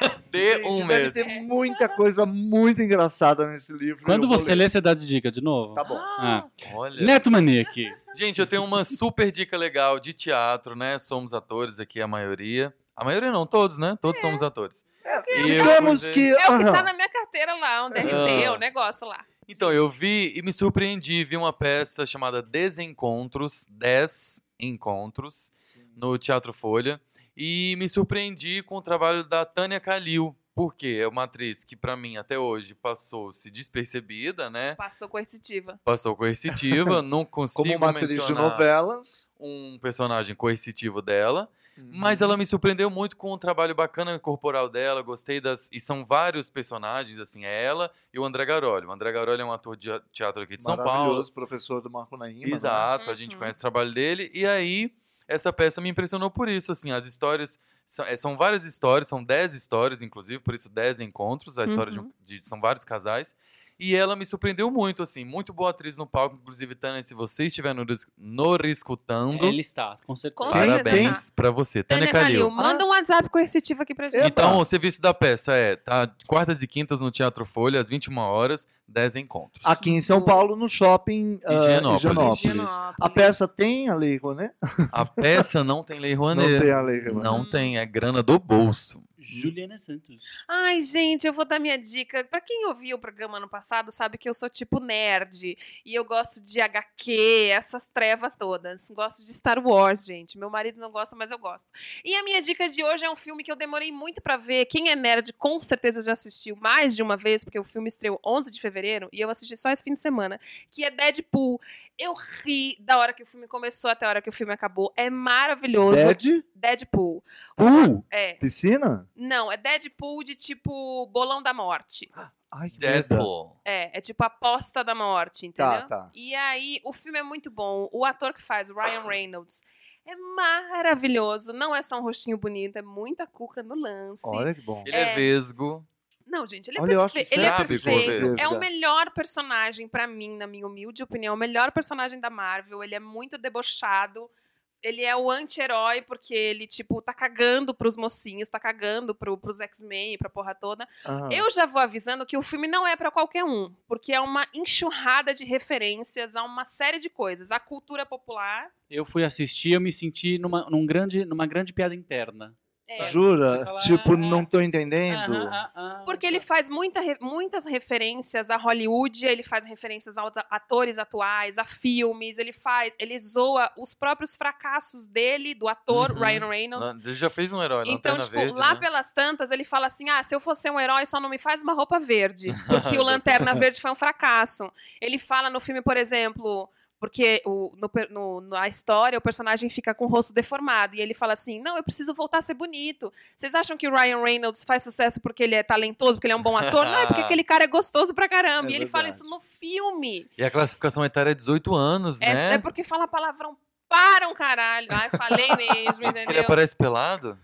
De Gente, um deve mês. ter muita coisa muito engraçada nesse livro. Quando eu vou você ler. lê, você dá de dica de novo? Tá bom. Ah. Olha. Neto Manique. Gente, eu tenho uma super dica legal de teatro, né? Somos atores aqui, a maioria. A maioria não, todos, né? Todos somos atores. É, E eu digamos fui ver- que... É o que aham. tá na minha carteira lá, um D R T, Ah. o negócio lá. Então, eu vi e me surpreendi. Vi uma peça chamada Desencontros, dez Encontros, no Teatro Folha. E me surpreendi com o trabalho da Tânia Kalil. Porque é uma atriz que, pra mim, até hoje, passou-se despercebida, né? Passou coercitiva. Passou coercitiva, não consigo Como uma atriz de mencionar novelas. um personagem coercitivo dela. Mas ela me surpreendeu muito com o trabalho bacana corporal dela, gostei das... E são vários personagens, assim, é ela e o André Garoli. O André Garoli é um ator de teatro aqui de São Paulo. Maravilhoso, professor do Marco Naíma. né? Exato, a gente Uhum. conhece o trabalho dele. E aí, essa peça me impressionou por isso, assim, as histórias... São, é, são várias histórias, são dez histórias, inclusive, por isso dez encontros, a história de, um- de... São vários casais. E ela me surpreendeu muito, assim, muito boa atriz no palco. Inclusive, Tânia, se você estiver no, ris- no escutando, Ele está, com certeza. Com Quem? certeza. parabéns pra você, Tânia, Tânia Kalil, Kalil. manda um WhatsApp coercitivo aqui pra gente. Epa. Então, o serviço da peça é, tá, quartas e quintas no Teatro Folha, às vinte e uma horas, dez encontros. Aqui em São Paulo, no shopping ah, Higienópolis. Higienópolis. Higienópolis. A peça tem a Lei Rouanet? A peça não tem Lei Não Rouanet. tem a Lei Rouanet. Não tem, é grana do bolso. Juliana Santos. Ai, gente, eu vou dar minha dica. Pra quem ouviu o programa ano passado, sabe que eu sou tipo nerd. E eu gosto de H Q, essas trevas todas. Gosto de Star Wars, gente. Meu marido não gosta, mas eu gosto. E a minha dica de hoje é um filme que eu demorei muito pra ver. Quem é nerd, com certeza já assistiu mais de uma vez, porque o filme estreou onze de fevereiro. E eu assisti só esse fim de semana. Que é Deadpool. Eu ri da hora que o filme começou até a hora que o filme acabou. É maravilhoso. Dead? Deadpool. Pool? É. Piscina? Não, é Deadpool de tipo bolão da morte. Ai, que merda. Deadpool. É, é tipo a aposta da morte, entendeu? Tá, tá. E aí, o filme é muito bom. O ator que faz, o Ryan Reynolds, é maravilhoso. Não é só um rostinho bonito, é muita cuca no lance. Olha que bom. Ele é, É. vesgo. Não, gente, ele é Olha, eu acho perfeito. Ele é sabe, perfeito. Clover. É o melhor personagem pra mim, na minha humilde opinião, o melhor personagem da Marvel. Ele é muito debochado. Ele é o anti-herói porque ele, tipo, tá cagando pros mocinhos, tá cagando pro, pros X-Men e pra porra toda. Aham. Eu já vou avisando que o filme não é pra qualquer um, porque é uma enxurrada de referências a uma série de coisas. A cultura popular. Eu fui assistir, eu me senti numa, num grande, numa grande piada interna. É, Jura? Você fala, Tipo, ah, não tô entendendo. Aham, ah, ah, porque ele faz muita re- muitas referências a Hollywood, ele faz referências aos a- atores atuais, a filmes, ele faz, ele zoa os próprios fracassos dele, do ator Uhum. Ryan Reynolds. Ele já fez um herói, Então, Lanterna tipo, Verde, lá né? pelas tantas, ele fala assim: ah, se eu fosse um herói, só não me faz uma roupa verde. Porque o Lanterna Verde foi um fracasso. Ele fala no filme, por exemplo. Porque o, no, per- no- na história o personagem fica com o rosto deformado. E ele fala assim: não, eu preciso voltar a ser bonito. Vocês acham que o Ryan Reynolds faz sucesso porque ele é talentoso, porque ele é um bom ator? Não, é porque aquele cara é gostoso pra caramba. É e ele fala verdade. isso no filme. E a classificação etária é dezoito anos, É, né? é porque fala palavrão para um caralho. Ai, falei mesmo, Ele entendeu? aparece pelado?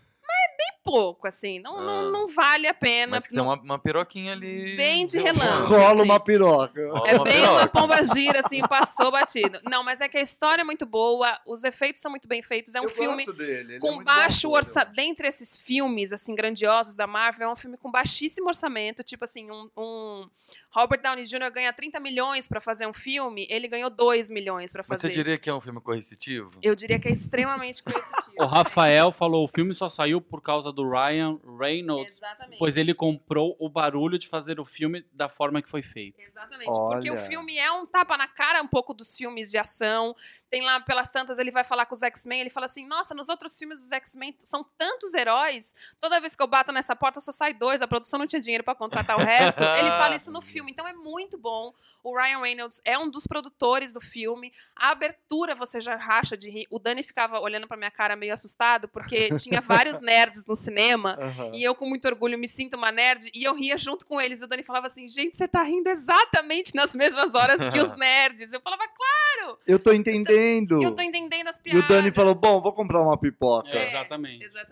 Pouco, assim. Não, não, Ah. não vale a pena. Mas que tem Não- uma, uma piroquinha ali... Bem de deu relance. chance. Rola sim. uma piroca. Rola É uma bem piroca. uma pomba gira, assim, passou batido. Não, mas é que a história é muito boa, os efeitos são muito bem feitos. É um Eu filme gosto dele, ele é com muito baixo bom ator, orçamento. eu acho. Dentre esses filmes, assim, grandiosos da Marvel, é um filme com baixíssimo orçamento. Tipo assim, um, um Robert Downey Júnior ganha trinta milhões pra fazer um filme, ele ganhou dois milhões pra Mas fazer. você diria que é um filme coercitivo? Eu diria que é extremamente coercitivo. O Rafael falou, o filme só saiu por causa do Ryan Reynolds, Exatamente. pois ele comprou o barulho de fazer o filme da forma que foi feito. Exatamente, porque o Olha. filme é um tapa na cara um pouco dos filmes de ação. Tem lá, pelas tantas, ele vai falar com os X-Men, ele fala assim, nossa, nos outros filmes dos X-Men são tantos heróis, toda vez que eu bato nessa porta só sai dois, a produção não tinha dinheiro pra contratar o resto. Ele fala isso no filme, então é muito bom. O Ryan Reynolds é um dos produtores do filme. A abertura você já racha de rir. O Dani ficava olhando pra minha cara meio assustado, porque tinha vários nerds no cinema. Aham. E eu, com muito orgulho, me sinto uma nerd. E eu ria junto com eles. O Dani falava assim, gente, você tá rindo exatamente nas mesmas horas que os nerds. Eu falava, claro, Eu tô entendendo. eu tô entendendo as E piadas. o Dani falou, bom, vou comprar uma pipoca. É, exatamente. Exatamente.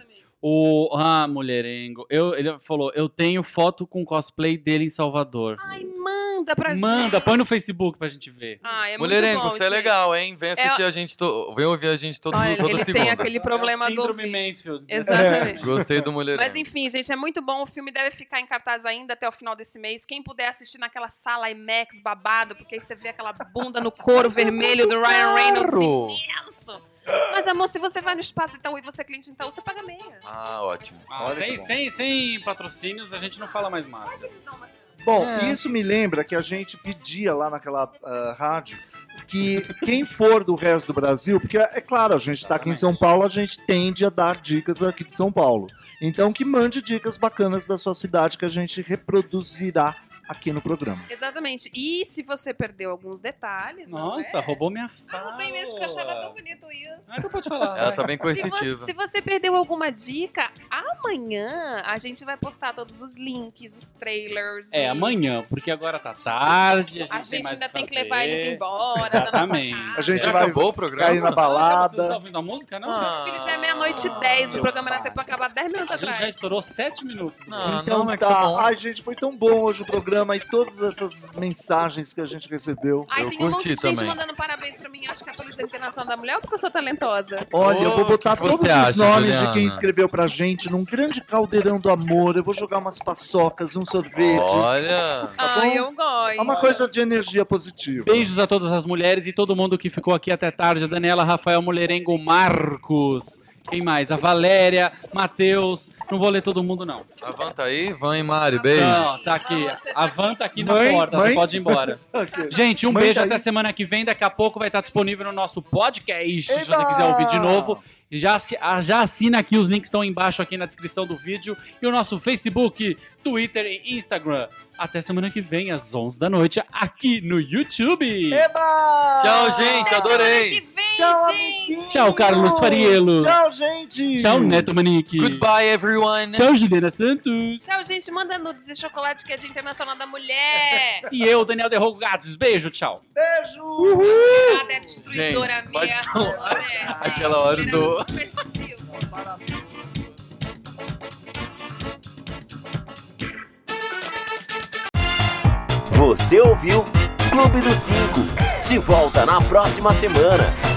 O, ah, mulherengo. Eu, ele falou, eu tenho foto com cosplay dele em Salvador. Ai, manda pra Manda, gente. põe no Facebook pra gente ver. Ah, é Mulherengo, muito bom, você é gente. legal, hein? Vem assistir a gente, to... vem ouvir a gente todo, Olha, toda ele segunda. tem aquele problema é o do síndrome ouvido. Mansfield. Exatamente. Gostei do Mulherengo. Mas enfim, gente, é muito bom. O filme deve ficar em cartaz ainda até o final desse mês. Quem puder assistir naquela sala IMAX babado, porque aí você vê aquela bunda no couro vermelho do Ryan Reynolds Caro. imenso. Mas, amor, se você vai no Espaço Itaú e você é cliente Itaú, você paga meia. Ah, ótimo. Ah, Olha sem, que bom. sem, sem patrocínios, a gente não fala mais marcas. Não, mas... Bom, É. isso me lembra que a gente pedia lá naquela ah, rádio que quem for do resto do Brasil, porque é claro, a gente está aqui em São Paulo, a gente tende a dar dicas aqui de São Paulo. Então que mande dicas bacanas da sua cidade que a gente reproduzirá aqui no programa. Exatamente. E se você perdeu alguns detalhes... não Nossa, é? roubou minha Ah, fala. roubei mesmo, porque eu achava tão bonito isso. Ah, então pode falar. Ela vai. tá bem Se você, coercitiva. se você perdeu alguma dica, amanhã a gente vai postar todos os links, os trailers. É, e- amanhã, porque agora tá tarde. A gente, A gente mais ainda o que tem que fazer. levar eles embora da nossa Exatamente. casa. A gente Já vai acabou o cair programa? na Você não tá balada. ouvindo a música, não? Ah. Meu filho, já é meia-noite e dez. O programa era até pra acabar dez minutos A gente atrás. já estourou sete minutos. Não, Então não, é que tá. tá bom. Ai, gente, foi tão bom hoje o programa e todas essas mensagens que a gente recebeu. Ai, Eu tem um monte curti de gente também. mandando parabéns pra mim. Acho que é pelo Dia Internacional da Mulher ou porque eu sou talentosa? Olha, eu vou Ô, botar que que todos você os acha, nomes Juliana? de quem escreveu pra gente num grande caldeirão do amor. Eu vou jogar umas paçocas, uns sorvetes. Olha. Tá Ai, bom? eu gosto. É uma coisa de energia positiva. Beijos a todas as mulheres e todo mundo que ficou aqui até tarde. A Daniela, Rafael, Mulherengo, Marcos. Quem mais? A Valéria, Matheus. Não vou ler todo mundo, não. A Van tá aí? Van e Mari, beijos. Não, tá aqui. Ah, você tá A Van tá aqui na Mãe, porta. mãe. Você pode ir embora. Ok. Gente, um Mãe beijo tá até aí. semana que vem. Daqui a pouco vai estar disponível no nosso podcast. Se Eba! você quiser ouvir de novo. Já, assi- ah, já assina aqui, os links estão embaixo aqui na descrição do vídeo. E o nosso Facebook, Twitter e Instagram. Até semana que vem, às onze da noite, aqui no YouTube. Eba! Tchau, gente. Até Adorei. semana que vem, Tchau, gente. amiguinhos! Tchau, Carlos Fariello. Tchau, gente! Tchau, Neto Manique. Goodbye, everyone. Tchau, Juliana Santos. Tchau, gente. Manda nudes e chocolate que é Dia Internacional da Mulher. E eu, Daniel Derrogo Gatos. Beijo, tchau. Beijo! Nada é destruidora Gente, minha. mas não- Olha, gente, aquela hora era do- muito competitivo. Você ouviu Clube dos Cinco. De volta na próxima semana.